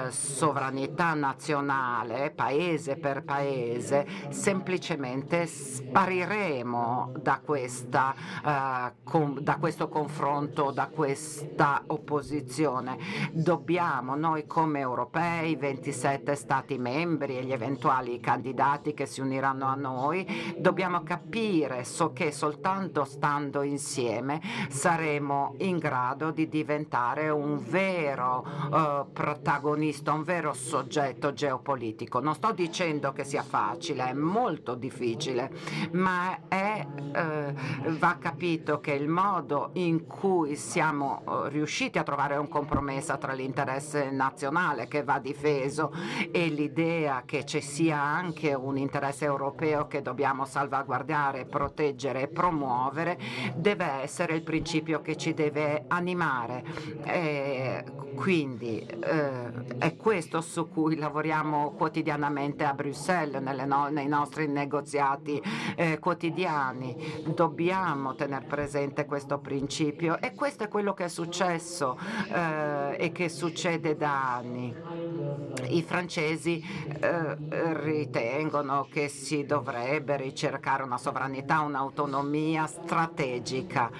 eh, sovranità nazionale, paese per paese, semplicemente spariremo da, questa, eh, com, da questo confronto, da questa opposizione. Dobbiamo, noi come europei, ventisette Stati membri e gli eventuali candidati che si uniranno a noi, dobbiamo capire so che soltanto stando insieme saremo in grado di diventare un vero eh, protagonista, un vero soggetto geopolitico. Non sto dicendo che sia facile, è molto difficile, ma è, eh, va capito che il modo in cui siamo eh, riusciti a trovare un compromesso tra l'interesse nazionale che va difeso e l'idea che ci sia anche un interesse europeo che dobbiamo salvaguardare, proteggere e promuovere, deve essere il principio che ci deve animare. E quindi eh, è questo su cui lavoriamo quotidianamente a Bruxelles, nelle no- nei nostri negoziati eh, quotidiani. Dobbiamo tenere presente questo principio e questo è quello che è successo eh, e che succede da anni. I francesi eh, ritengono che si dovrebbe ricercare una sovranità, un'autonomia strategica.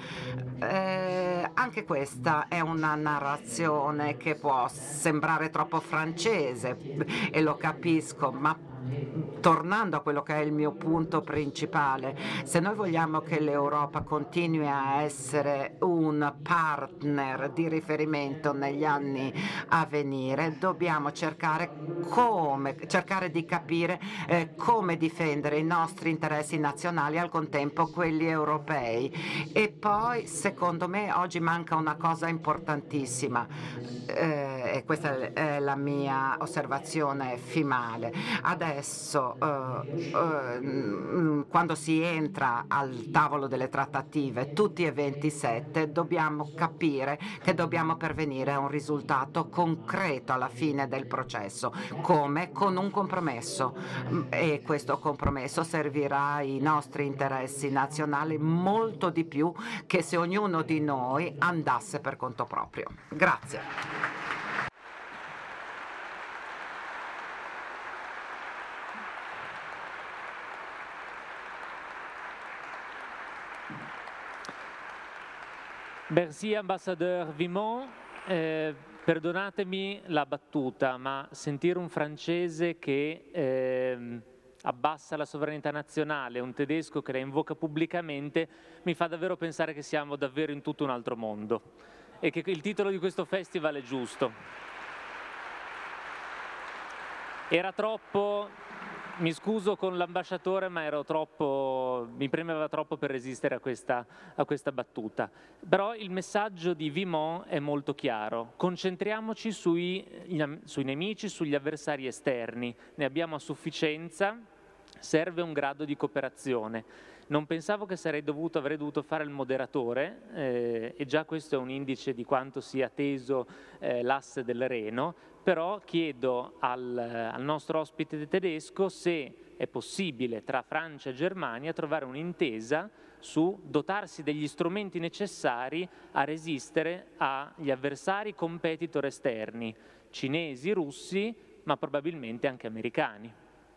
Eh, anche questa è una narrazione che può sembrare troppo francese e lo capisco, ma tornando a quello che è il mio punto principale, se noi vogliamo che l'Europa continui a essere un partner di riferimento negli anni a venire, dobbiamo cercare come cercare di capire eh, come difendere i nostri interessi nazionali e al contempo quelli europei. E poi, secondo me, oggi manca una cosa importantissima, eh, e questa è la mia osservazione finale. Adesso, eh, eh, quando si entra al tavolo delle trattative, tutti e ventisette, dobbiamo capire che dobbiamo pervenire a un risultato concreto alla fine del processo, come con un compromesso, e questo compromesso servirà ai nostri interessi nazionali molto di più che se ognuno di noi andasse per conto proprio. Grazie. Merci ambassadeur Vimont. Eh, perdonatemi la battuta, ma sentire un francese che eh, abbassa la sovranità nazionale, un tedesco che la invoca pubblicamente, mi fa davvero pensare che siamo davvero in tutto un altro mondo e che il titolo di questo festival è giusto. Era troppo... Mi scuso con l'ambasciatore, ma ero troppo, mi premeva troppo per resistere a questa, a questa battuta. Però il messaggio di Vimont è molto chiaro. Concentriamoci sui, sui nemici, sugli avversari esterni. Ne abbiamo a sufficienza, serve un grado di cooperazione. Non pensavo che sarei dovuto, avrei dovuto fare il moderatore, eh, e già questo è un indice di quanto sia teso eh, l'asse del Reno, però chiedo al, al nostro ospite tedesco se è possibile tra Francia e Germania trovare un'intesa su dotarsi degli strumenti necessari a resistere agli avversari competitor esterni, cinesi, russi, ma probabilmente anche americani.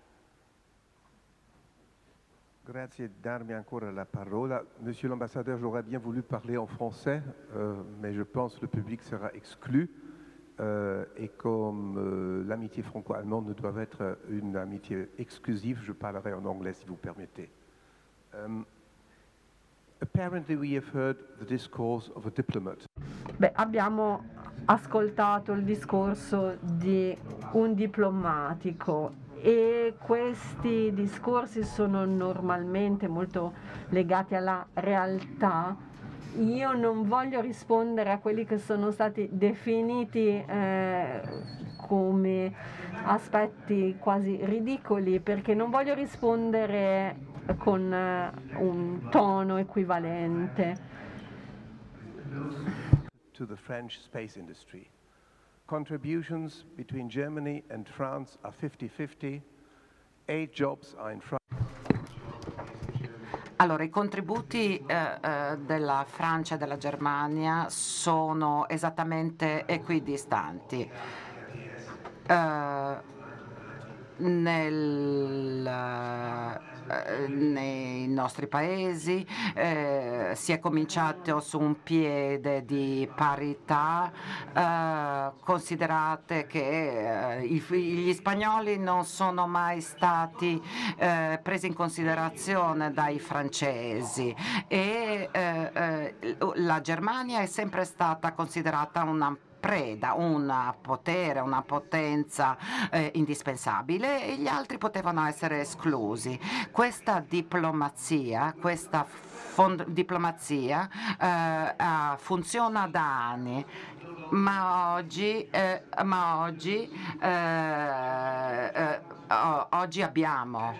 Grazie di darmi ancora la parola. Monsieur l'ambassadeur, j'aurais bien voulu parler en français, euh, mais je pense que le public sera exclu. Euh, et comme euh, l'amitié franco-allemande ne doit être une amitié exclusive, je parlerai en anglais si vous permettez. Um, apparently we have heard the discourse of a diplomat. Beh, abbiamo ascoltato il discorso di un diplomatico e questi discorsi sono normalmente molto legati alla realtà. Io non voglio rispondere a quelli che sono stati definiti eh, come aspetti quasi ridicoli, perché non voglio rispondere con eh, un tono equivalente. To the French space industry. Contributions between Germany and France are fifty fifty. Eight jobs are in France. Allora, i contributi eh, eh, della Francia e della Germania sono esattamente equidistanti. eh, nel, eh, nei nostri paesi eh, si è cominciato su un piede di parità. Eh, considerate che eh, i- gli spagnoli non sono mai stati eh, presi in considerazione dai francesi e eh, eh, la Germania è sempre stata considerata una preda, un potere, una potenza eh, indispensabile e gli altri potevano essere esclusi. Questa diplomazia, questa fond- diplomazia eh, ah, funziona da anni. Ma oggi, eh, ma oggi, eh, eh, o- oggi abbiamo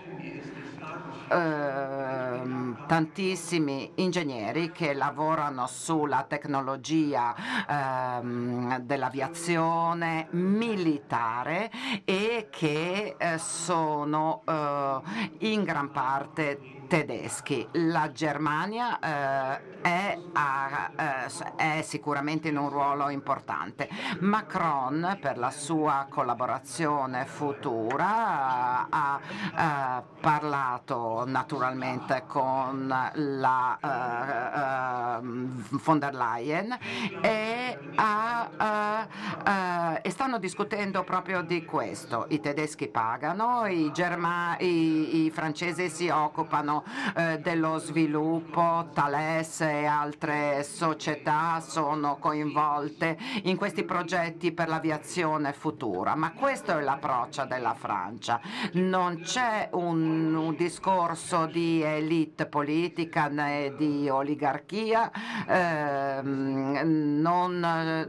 ehm, tantissimi ingegneri che lavorano sulla tecnologia ehm, dell'aviazione militare e che eh, sono eh, in gran parte tedeschi. La Germania eh, è, a- eh, è sicuramente in un ruolo importante. Macron, per la sua collaborazione futura, ha eh, parlato naturalmente con la eh, eh, von der Leyen e, ha, eh, eh, e stanno discutendo proprio di questo. I tedeschi pagano, i, germa- i, i francesi si occupano eh, dello sviluppo, Thales e altre società sono coinvolte in questi progetti per l'aviazione futura, ma questo è l'approccio della Francia. Non c'è un, un discorso di elite politica né di oligarchia, ehm, non,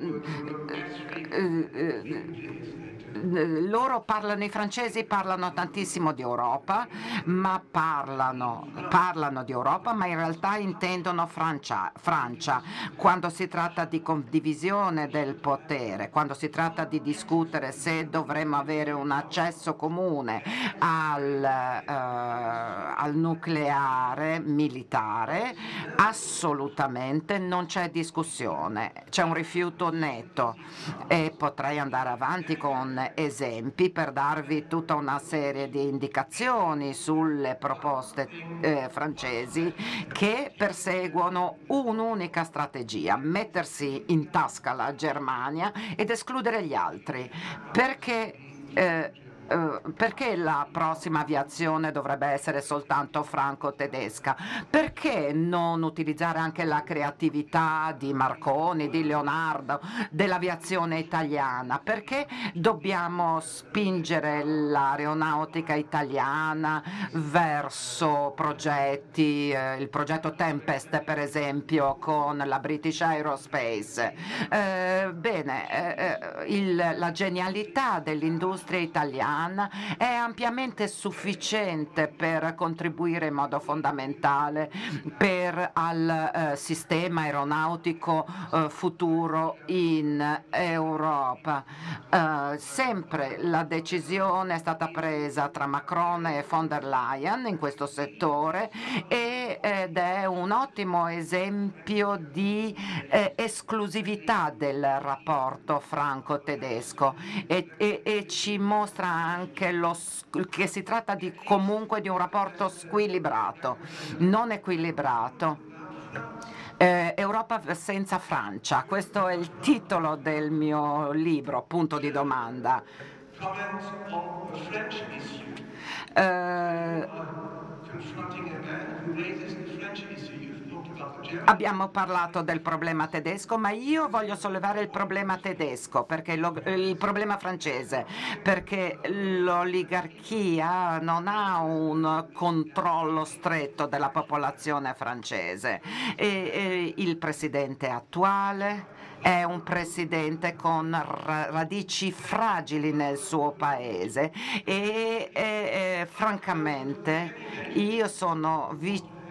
eh, eh, loro parlano, i francesi parlano tantissimo di Europa, ma parlano, parlano di Europa, ma in realtà intendono Francia, Francia. Quando si tratta di condivisione del potere, quando si tratta di discutere se dovremmo avere un accesso comune al, eh, al nucleare militare, assolutamente non c'è discussione, c'è un rifiuto netto e potrei andare avanti con esempi per darvi tutta una serie di indicazioni sulle proposte eh, francesi che perseguono un'unica strategia: mettersi in tasca la Germania ed escludere gli altri, perché eh, eh, perché la prossima aviazione dovrebbe essere soltanto franco-tedesca? Perché non utilizzare anche la creatività di Marconi, di Leonardo, dell'aviazione italiana? Perché dobbiamo spingere l'aeronautica italiana verso progetti, eh, il progetto Tempest per esempio con la British Aerospace? Eh, bene, eh, eh, il, la genialità dell'industria italiana è ampiamente sufficiente per contribuire in modo fondamentale per al eh, sistema aeronautico eh, futuro in Europa. Eh, sempre la decisione è stata presa tra Macron e von der Leyen in questo settore e, ed è un ottimo esempio di eh, esclusività del rapporto franco-tedesco e, e, e ci mostra anche lo, che si tratta di, comunque di un rapporto squilibrato, non equilibrato. Eh, Europa senza Francia, questo è il titolo del mio libro, punto di domanda. Eh, Abbiamo parlato del problema tedesco, ma io voglio sollevare il problema tedesco, perché lo, il problema francese, perché l'oligarchia non ha un controllo stretto della popolazione francese e, e il presidente attuale è un presidente con ra- radici fragili nel suo paese e, e, e francamente io sono vi-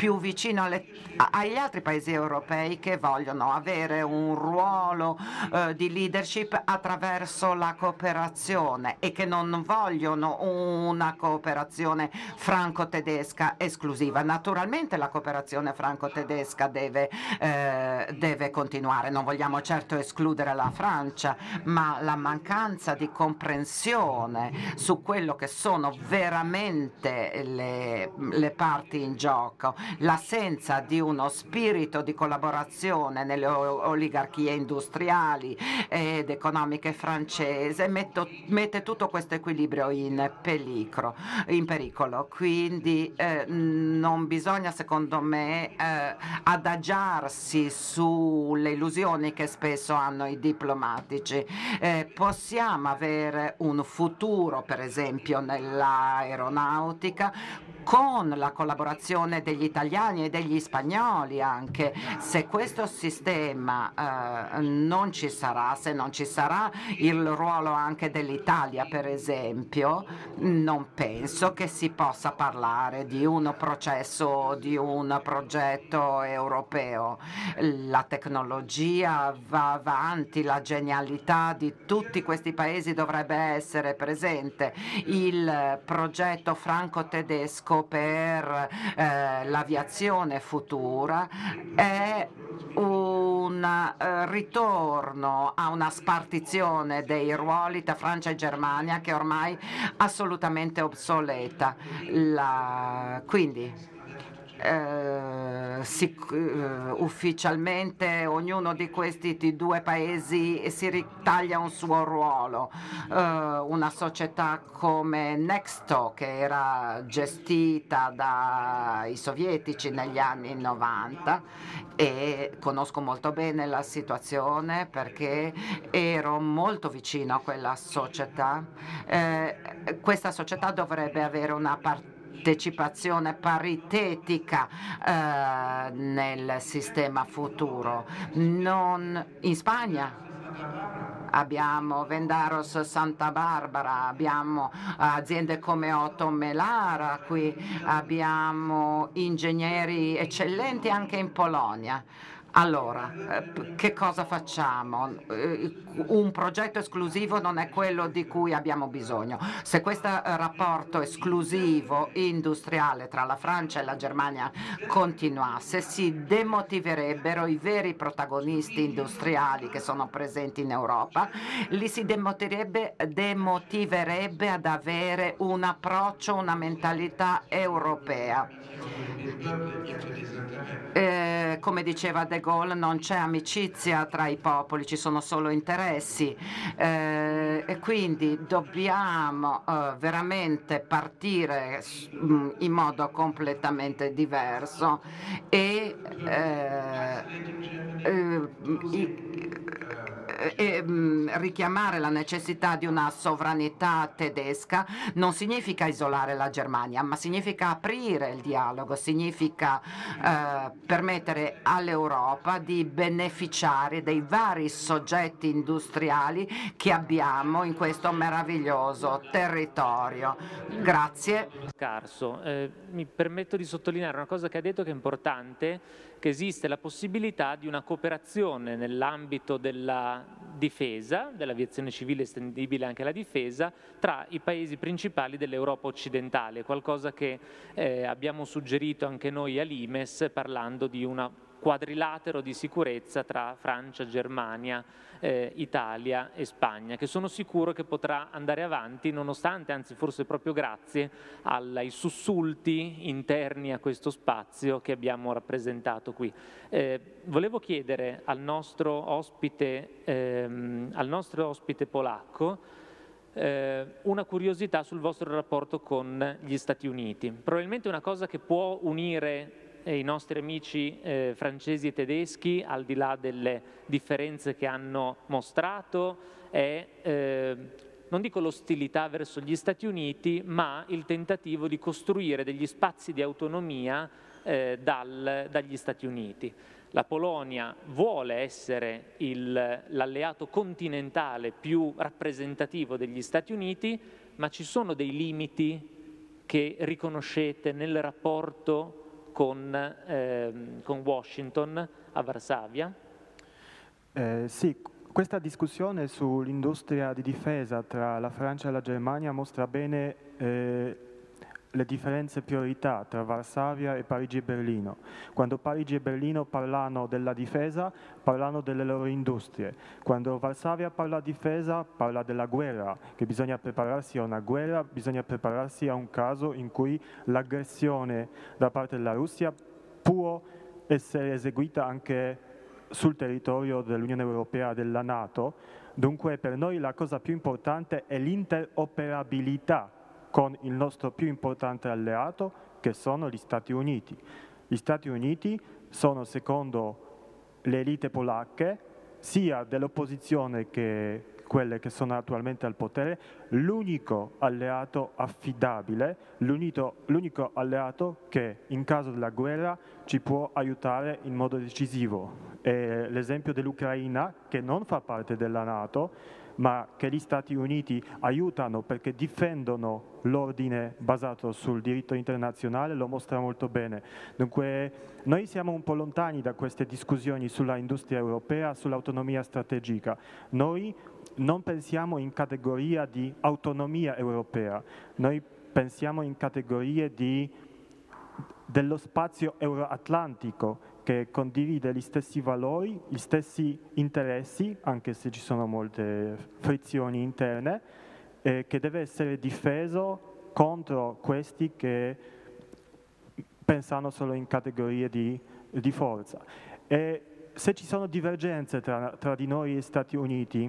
più vicino alle, agli altri paesi europei che vogliono avere un ruolo eh, di leadership attraverso la cooperazione e che non vogliono una cooperazione franco-tedesca esclusiva. Naturalmente la cooperazione franco-tedesca deve, eh, deve continuare, non vogliamo certo escludere la Francia, ma la mancanza di comprensione su quello che sono veramente le, le parti in gioco, l'assenza di uno spirito di collaborazione nelle oligarchie industriali ed economiche francese metto, mette tutto questo equilibrio in pericolo, in pericolo. Quindi eh, non bisogna secondo me eh, adagiarsi sulle illusioni che spesso hanno i diplomatici. Eh, possiamo avere un futuro per esempio nell'aeronautica con la collaborazione degli italiani e degli spagnoli anche. Se questo sistema eh, non ci sarà, se non ci sarà il ruolo anche dell'Italia per esempio, non penso che si possa parlare di un processo, di un progetto europeo. La tecnologia va avanti, la genialità di tutti questi paesi dovrebbe essere presente. Il progetto franco-tedesco per eh, l'aviazione futura è un eh, ritorno a una spartizione dei ruoli tra Francia e Germania che è ormai assolutamente obsoleta. La, quindi Eh, si, eh, ufficialmente ognuno di questi due paesi si ritaglia un suo ruolo. Eh, una società come Nexto, che era gestita dai sovietici negli anni novanta, e conosco molto bene la situazione perché ero molto vicino a quella società. Eh, questa società dovrebbe avere una parte partecipazione paritetica eh, nel sistema futuro. Non, in Spagna abbiamo Vendaros Santa Barbara, abbiamo aziende come Otto Melara, qui abbiamo ingegneri eccellenti anche in Polonia. Allora, che cosa facciamo? Un progetto esclusivo non è quello di cui abbiamo bisogno. Se questo rapporto esclusivo industriale tra la Francia e la Germania continuasse, si demotiverebbero i veri protagonisti industriali che sono presenti in Europa, li si demotiverebbe, demotiverebbe ad avere un approccio, una mentalità europea. Eh, come diceva De Gaulle, non c'è amicizia tra i popoli, ci sono solo interessi eh, e quindi dobbiamo eh, veramente partire mh, in modo completamente diverso e eh, eh, i, E, mh, richiamare la necessità di una sovranità tedesca non significa isolare la Germania, ma significa aprire il dialogo, significa eh, permettere all'Europa di beneficiare dei vari soggetti industriali che abbiamo in questo meraviglioso territorio. Grazie. Scarso. Eh, mi permetto di sottolineare una cosa che ha detto che è importante, che esiste la possibilità di una cooperazione nell'ambito della difesa, dell'aviazione civile estendibile anche alla difesa, tra i paesi principali dell'Europa occidentale, qualcosa che eh, abbiamo suggerito anche noi all'Imes parlando di una quadrilatero di sicurezza tra Francia, Germania, eh, Italia e Spagna, che sono sicuro che potrà andare avanti nonostante, anzi forse proprio grazie ai sussulti interni a questo spazio che abbiamo rappresentato qui. Eh, volevo chiedere al nostro ospite, ehm, al nostro ospite polacco eh, una curiosità sul vostro rapporto con gli Stati Uniti. Probabilmente una cosa che può unire i nostri amici eh, francesi e tedeschi, al di là delle differenze che hanno mostrato, è, eh, non dico l'ostilità verso gli Stati Uniti, ma il tentativo di costruire degli spazi di autonomia eh, dal, dagli Stati Uniti. La Polonia vuole essere l'alleato continentale più rappresentativo degli Stati Uniti, ma ci sono dei limiti che riconoscete nel rapporto con, eh, con Washington a Varsavia? Eh, sì, questa discussione sull'industria di difesa tra la Francia e la Germania mostra bene eh, le differenze e priorità tra Varsavia e Parigi e Berlino. Quando Parigi e Berlino parlano della difesa, parlano delle loro industrie. Quando Varsavia parla di difesa, parla della guerra, che bisogna prepararsi a una guerra, bisogna prepararsi a un caso in cui l'aggressione da parte della Russia può essere eseguita anche sul territorio dell'Unione Europea e della NATO. Dunque per noi la cosa più importante è l'interoperabilità con il nostro più importante alleato, che sono gli Stati Uniti. Gli Stati Uniti sono, secondo le elite polacche, sia dell'opposizione che quelle che sono attualmente al potere, l'unico alleato affidabile, l'unico, l'unico alleato che in caso della guerra ci può aiutare in modo decisivo. È l'esempio dell'Ucraina, che non fa parte della NATO, ma che gli Stati Uniti aiutano perché difendono l'ordine basato sul diritto internazionale, lo mostra molto bene. Dunque noi siamo un po' lontani da queste discussioni sulla industria europea, sull'autonomia strategica. Noi non pensiamo in categoria di autonomia europea, noi pensiamo in categorie di, dello spazio euroatlantico, che condivide gli stessi valori, gli stessi interessi, anche se ci sono molte frizioni interne, eh, che deve essere difeso contro questi che pensano solo in categorie di, di forza. E se ci sono divergenze tra, tra di noi e gli Stati Uniti,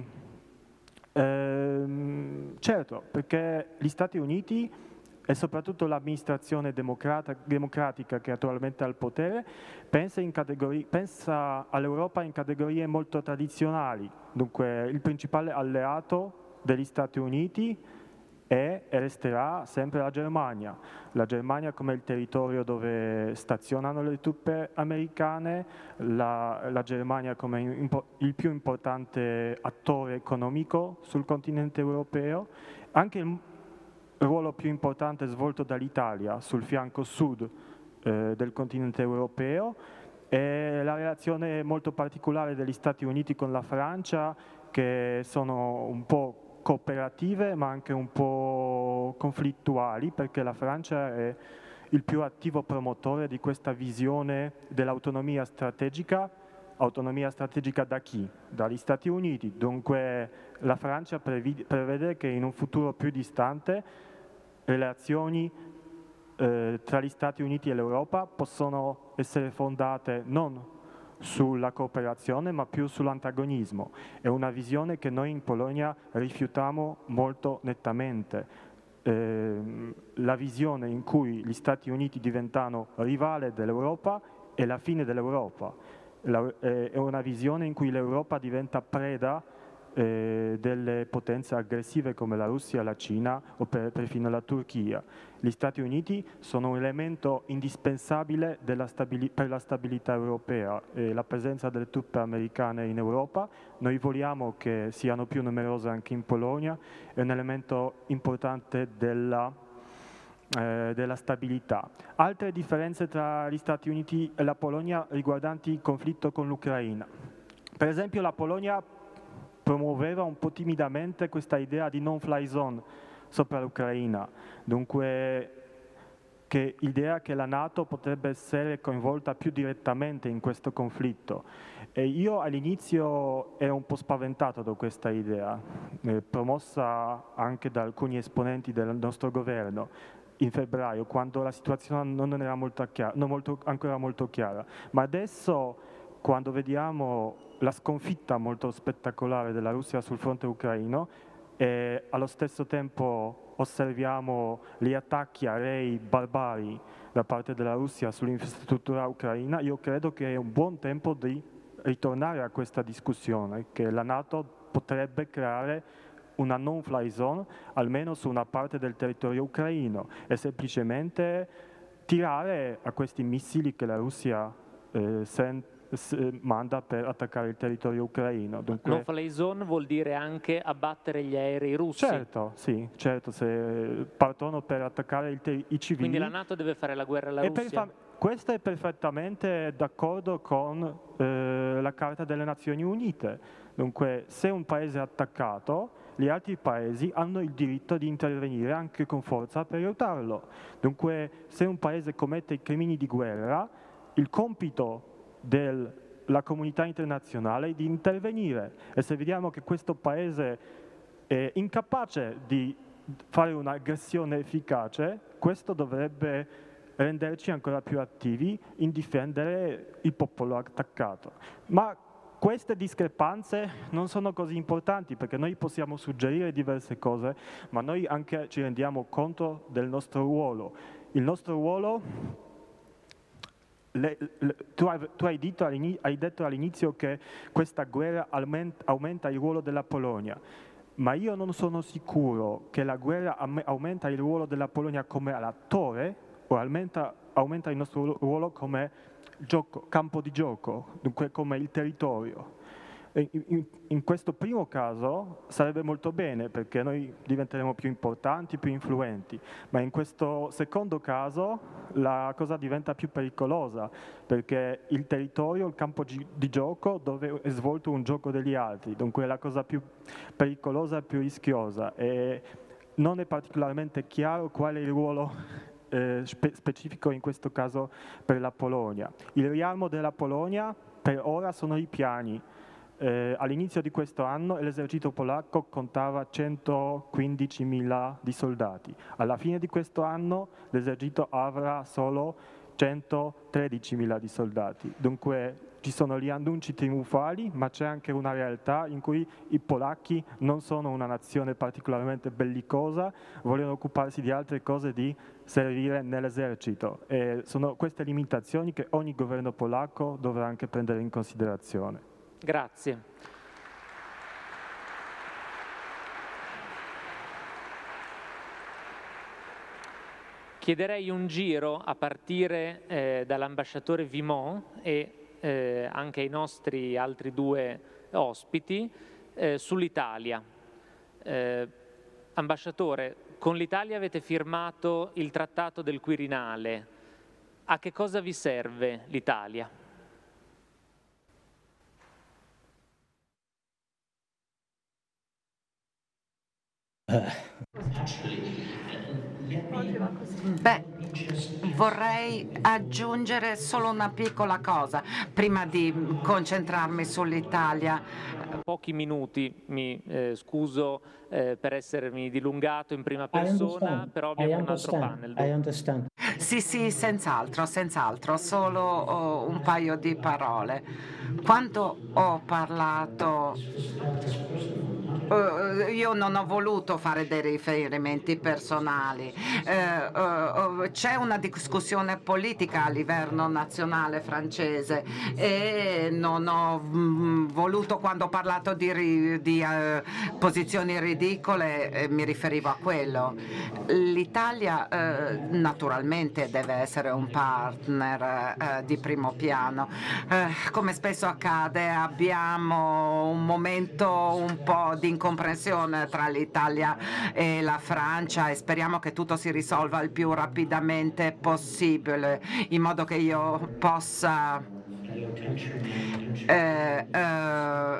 ehm, certo, perché gli Stati Uniti e soprattutto l'amministrazione democratica che è attualmente al potere pensa, in pensa all'Europa in categorie molto tradizionali. Dunque il principale alleato degli Stati Uniti è e resterà sempre la Germania. La Germania come il territorio dove stazionano le truppe americane, la, la Germania come il più importante attore economico sul continente europeo, anche il ruolo più importante svolto dall'Italia sul fianco sud eh, del continente europeo, e la relazione molto particolare degli Stati Uniti con la Francia, che sono un po' cooperative ma anche un po' conflittuali, perché la Francia è il più attivo promotore di questa visione dell'autonomia strategica. Autonomia strategica da chi? Dagli Stati Uniti. Dunque la Francia prevede che in un futuro più distante relazioni eh, tra gli Stati Uniti e l'Europa possono essere fondate non sulla cooperazione ma più sull'antagonismo. È una visione che noi in Polonia rifiutiamo molto nettamente. Eh, la visione in cui gli Stati Uniti diventano rivale dell'Europa è la fine dell'Europa. È una visione in cui l'Europa diventa preda eh, delle potenze aggressive come la Russia, la Cina o per, perfino la Turchia. Gli Stati Uniti sono un elemento indispensabile della per la stabilità europea e la presenza delle truppe americane in Europa. Noi vogliamo che siano più numerose anche in Polonia, è un elemento importante della Eh, della stabilità. Altre differenze tra gli Stati Uniti e la Polonia riguardanti il conflitto con l'Ucraina. Per esempio la Polonia promuoveva un po' timidamente questa idea di non-fly zone sopra l'Ucraina, dunque che l'idea che la NATO potrebbe essere coinvolta più direttamente in questo conflitto. E io all'inizio ero un po' spaventato da questa idea, eh, promossa anche da alcuni esponenti del nostro governo in febbraio, quando la situazione non era molto chiara, non molto, ancora molto chiara. Ma adesso, quando vediamo la sconfitta molto spettacolare della Russia sul fronte ucraino e allo stesso tempo osserviamo gli attacchi aerei barbari da parte della Russia sull'infrastruttura ucraina, io credo che è un buon tempo di ritornare a questa discussione, che la NATO potrebbe creare una non-fly zone almeno su una parte del territorio ucraino e semplicemente tirare a questi missili che la Russia eh, sen- manda per attaccare il territorio ucraino. Dunque, no-fly zone vuol dire anche abbattere gli aerei russi? Certo, sì, certo, se partono per attaccare il ter- i civili. Quindi la NATO deve fare la guerra alla E Russia? per fa- questo è perfettamente d'accordo con eh, la Carta delle Nazioni Unite. Dunque, se un paese è attaccato, gli altri paesi hanno il diritto di intervenire anche con forza per aiutarlo. Dunque, se un paese commette crimini di guerra, il compito della comunità internazionale è di intervenire. E se vediamo che questo paese è incapace di fare un'aggressione efficace, questo dovrebbe renderci ancora più attivi in difendere il popolo attaccato. Ma queste discrepanze non sono così importanti, perché noi possiamo suggerire diverse cose, ma noi anche ci rendiamo conto del nostro ruolo. Il nostro ruolo, le, le, tu, hai, tu hai, detto hai detto all'inizio che questa guerra aumenta, aumenta il ruolo della Polonia, ma io non sono sicuro che la guerra aumenta il ruolo della Polonia come attore o aumenta, aumenta il nostro ruolo come gioco, campo di gioco, dunque come il territorio. In, in, in questo primo caso sarebbe molto bene, perché noi diventeremo più importanti, più influenti, ma in questo secondo caso la cosa diventa più pericolosa, perché il territorio, il campo di gioco dove è svolto un gioco degli altri, dunque è la cosa più pericolosa e più rischiosa, e non è particolarmente chiaro qual è il ruolo eh, spe specifico in questo caso per la Polonia. Il riarmo della Polonia per ora sono i piani. Eh, all'inizio di questo anno l'esercito polacco contava centoquindicimila di soldati. Alla fine di questo anno l'esercito avrà solo centotredicimila di soldati. Dunque ci sono gli annunci trionfali, ma c'è anche una realtà in cui i polacchi non sono una nazione particolarmente bellicosa, vogliono occuparsi di altre cose, di servire nell'esercito. E sono queste limitazioni che ogni governo polacco dovrà anche prendere in considerazione. Grazie. Chiederei un giro a partire eh, dall'ambasciatore Vimont e eh, anche ai nostri altri due ospiti eh, sull'Italia. Eh, ambasciatore, con l'Italia avete firmato il Trattato del Quirinale. A che cosa vi serve l'Italia? Beh, vorrei aggiungere solo una piccola cosa prima di concentrarmi sull'Italia. Pochi minuti, mi eh, scuso eh, per essermi dilungato in prima persona, però abbiamo un altro panel. Sì, sì, senz'altro, senz'altro, solo oh, un paio di parole. Quando ho parlato, uh, io non ho voluto fare dei riferimenti personali. Uh, uh, uh, c'è una discussione politica a livello nazionale francese e non ho mh, voluto, quando ho parlato di, ri, di uh, posizioni ridicole, eh, mi riferivo a quello. L'Italia uh, naturalmente deve essere un partner uh, di primo piano. Uh, come spesso accade, abbiamo un momento un po' di incomprensione tra l'Italia e la Francia e speriamo che tutto si risolva il più rapidamente possibile, in modo che io possa eh, eh,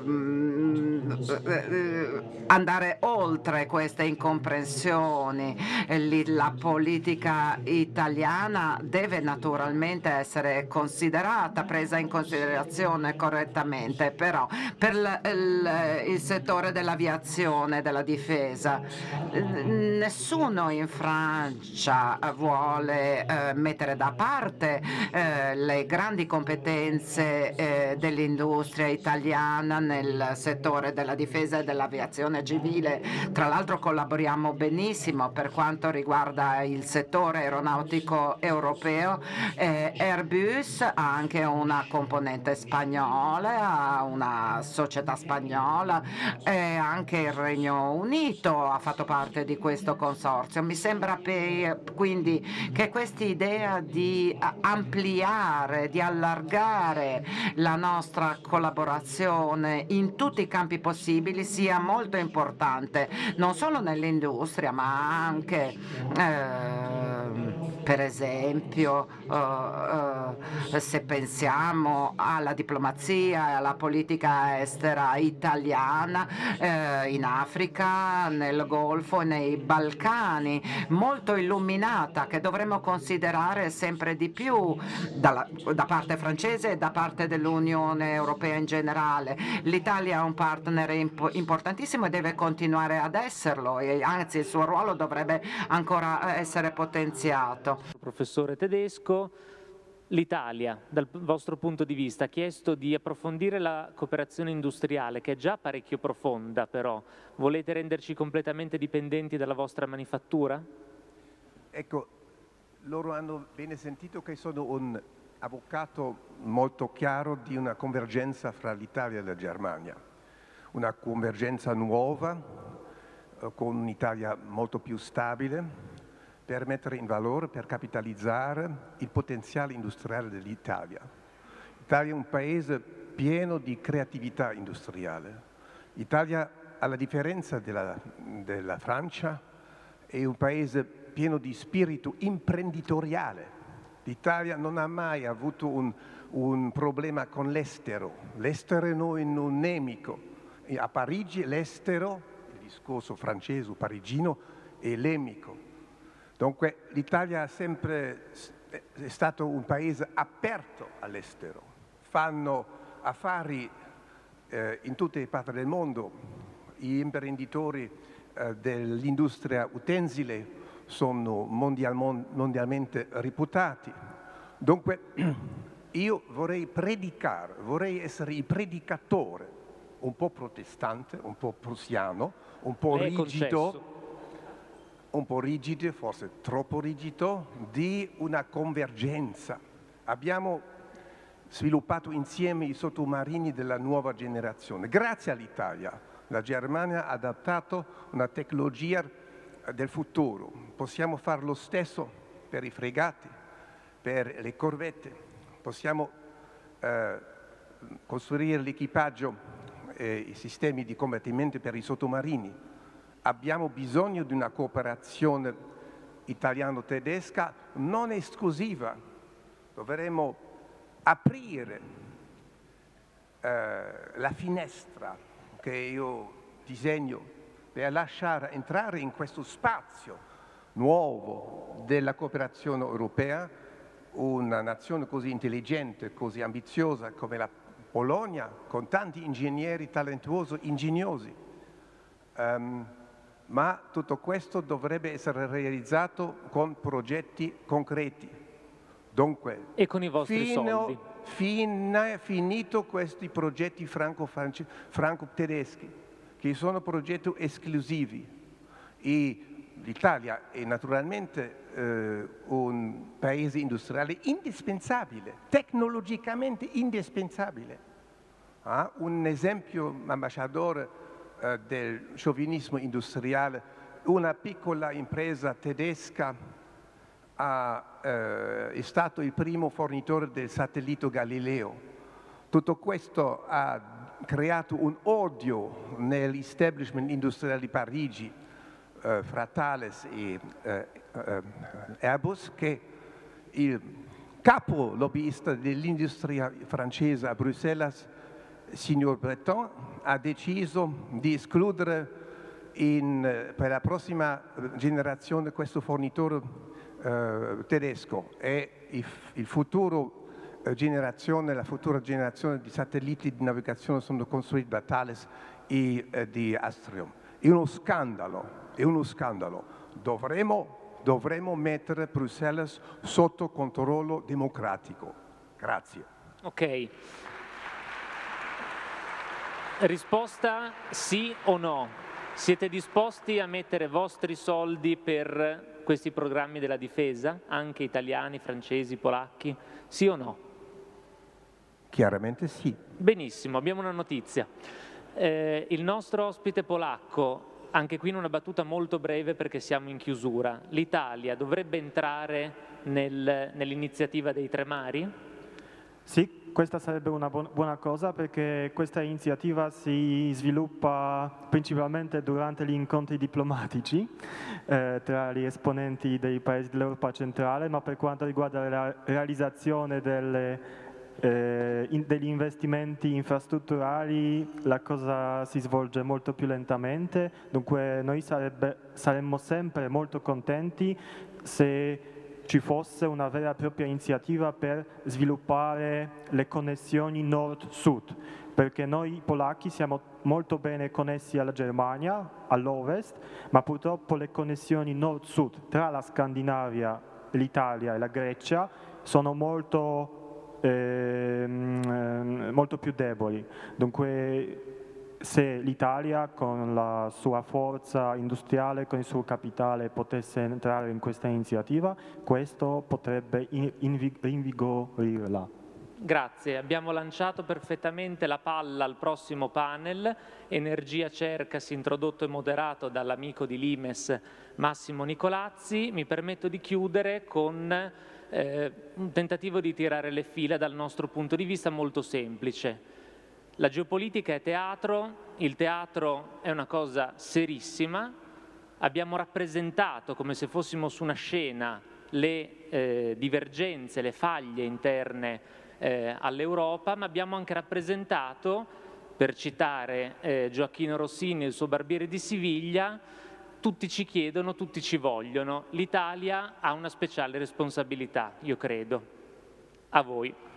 eh, andare oltre queste incomprensioni. La politica italiana deve naturalmente essere considerata, presa in considerazione correttamente, però per il, il settore dell'aviazione, della difesa, nessuno in Francia vuole eh, mettere da parte eh, le grandi competenze eh, dell'industria italiana nel settore della difesa e dell'aviazione civile. Tra l'altro collaboriamo benissimo per quanto riguarda il settore aeronautico europeo. Eh, Airbus ha anche una componente spagnola, ha una società spagnola e anche il Regno Unito ha fatto parte di questo consorzio. Mi sembra quindi che questa idea di ampliare, di allargare aumentare la nostra collaborazione in tutti i campi possibili sia molto importante, non solo nell'industria ma anche eh, per esempio eh, eh, se pensiamo alla diplomazia e alla politica estera italiana eh, in Africa, nel Golfo e nei Balcani, molto illuminata, che dovremmo considerare sempre di più dalla, da parte francese e da parte dell'Unione Europea in generale. L'Italia è un partner imp- importantissimo e deve continuare ad esserlo, e anzi il suo ruolo dovrebbe ancora essere potenziato. Professore Tedesco, l'Italia, dal vostro punto di vista, ha chiesto di approfondire la cooperazione industriale, che è già parecchio profonda, però. Volete renderci completamente dipendenti dalla vostra manifattura? Ecco, loro hanno bene sentito che sono un avvocato molto chiaro di una convergenza fra l'Italia e la Germania. Una convergenza nuova, eh, con un'Italia molto più stabile, per mettere in valore, per capitalizzare il potenziale industriale dell'Italia. L'Italia è un paese pieno di creatività industriale. L'Italia, alla differenza della, della Francia, è un paese pieno di spirito imprenditoriale. L'Italia non ha mai avuto un, un problema con l'estero. L'estero è un nemico. E a Parigi l'estero, il discorso francese o parigino, è nemico. Dunque l'Italia è sempre è stato un paese aperto all'estero. Fanno affari eh, in tutte le parti del mondo. Gli imprenditori eh, dell'industria utensile sono mondial, mondialmente reputati. Dunque io vorrei predicare, vorrei essere il predicatore, un po' protestante, un po' prussiano, un po' È rigido, concesso. un po' rigido, forse troppo rigido, di una convergenza. Abbiamo sviluppato insieme i sottomarini della nuova generazione. Grazie all'Italia, la Germania ha adattato una tecnologia del futuro. Possiamo fare lo stesso per i fregati, per le corvette. Possiamo eh, costruire l'equipaggio e i sistemi di combattimento per i sottomarini. Abbiamo bisogno di una cooperazione italiano-tedesca non esclusiva. Dovremmo aprire eh, la finestra che io disegno per lasciare entrare in questo spazio nuovo della cooperazione europea una nazione così intelligente, così ambiziosa come la Polonia, con tanti ingegneri talentuosi, ingegnosi. Um, ma tutto questo dovrebbe essere realizzato con progetti concreti. Dunque, E con i vostri fino, soldi. Fino, finito questi progetti franco-tedeschi, che sono progetti esclusivi. E l'Italia è naturalmente eh, un paese industriale indispensabile, tecnologicamente indispensabile. Ah, un esempio, ambasciatore, del sciovinismo industriale, una piccola impresa tedesca ha, eh, è stato il primo fornitore del satellite Galileo. Tutto questo ha creato un odio nell'establishment industriale di Parigi eh, fra Thales e eh, eh, Airbus, che il capo lobbyista dell'industria francese a Bruxelles, signor Breton, ha deciso di escludere in, per la prossima generazione questo fornitore eh, tedesco, e il, il futuro eh, generazione, la futura generazione di satelliti di navigazione sono costruiti da Thales e eh, di Astrium. È uno scandalo, è uno scandalo. Dovremmo, dovremmo mettere Bruxelles sotto controllo democratico. Grazie. Ok. Risposta sì o no? Siete disposti a mettere vostri soldi per questi programmi della difesa, anche italiani, francesi, polacchi? Sì o no? Chiaramente sì. Benissimo, abbiamo una notizia. Eh, il nostro ospite polacco, anche qui in una battuta molto breve perché siamo in chiusura, l'Italia dovrebbe entrare nel, nell'iniziativa dei Tre Mari? Sì, questa sarebbe una buona cosa perché questa iniziativa si sviluppa principalmente durante gli incontri diplomatici eh, tra gli esponenti dei paesi dell'Europa centrale, ma per quanto riguarda la realizzazione delle Eh, in, degli investimenti infrastrutturali la cosa si svolge molto più lentamente, dunque noi sarebbe, saremmo sempre molto contenti se ci fosse una vera e propria iniziativa per sviluppare le connessioni nord-sud, perché noi polacchi siamo molto bene connessi alla Germania, all'ovest, ma purtroppo le connessioni nord-sud tra la Scandinavia, l'Italia e la Grecia sono molto Eh, molto più deboli. Dunque se l'Italia con la sua forza industriale, con il suo capitale potesse entrare in questa iniziativa, questo potrebbe invigorirla. Grazie, abbiamo lanciato perfettamente la palla al prossimo panel, Energia Cercas, introdotto e moderato dall'amico di Limes Massimo Nicolazzi. Mi permetto di chiudere con Eh, un tentativo di tirare le fila dal nostro punto di vista molto semplice. La geopolitica è teatro, il teatro è una cosa serissima, abbiamo rappresentato come se fossimo su una scena le eh, divergenze, le faglie interne eh, all'Europa, ma abbiamo anche rappresentato, per citare eh, Gioacchino Rossini e il suo Barbiere di Siviglia, tutti ci chiedono, tutti ci vogliono. L'Italia ha una speciale responsabilità, io credo. A voi.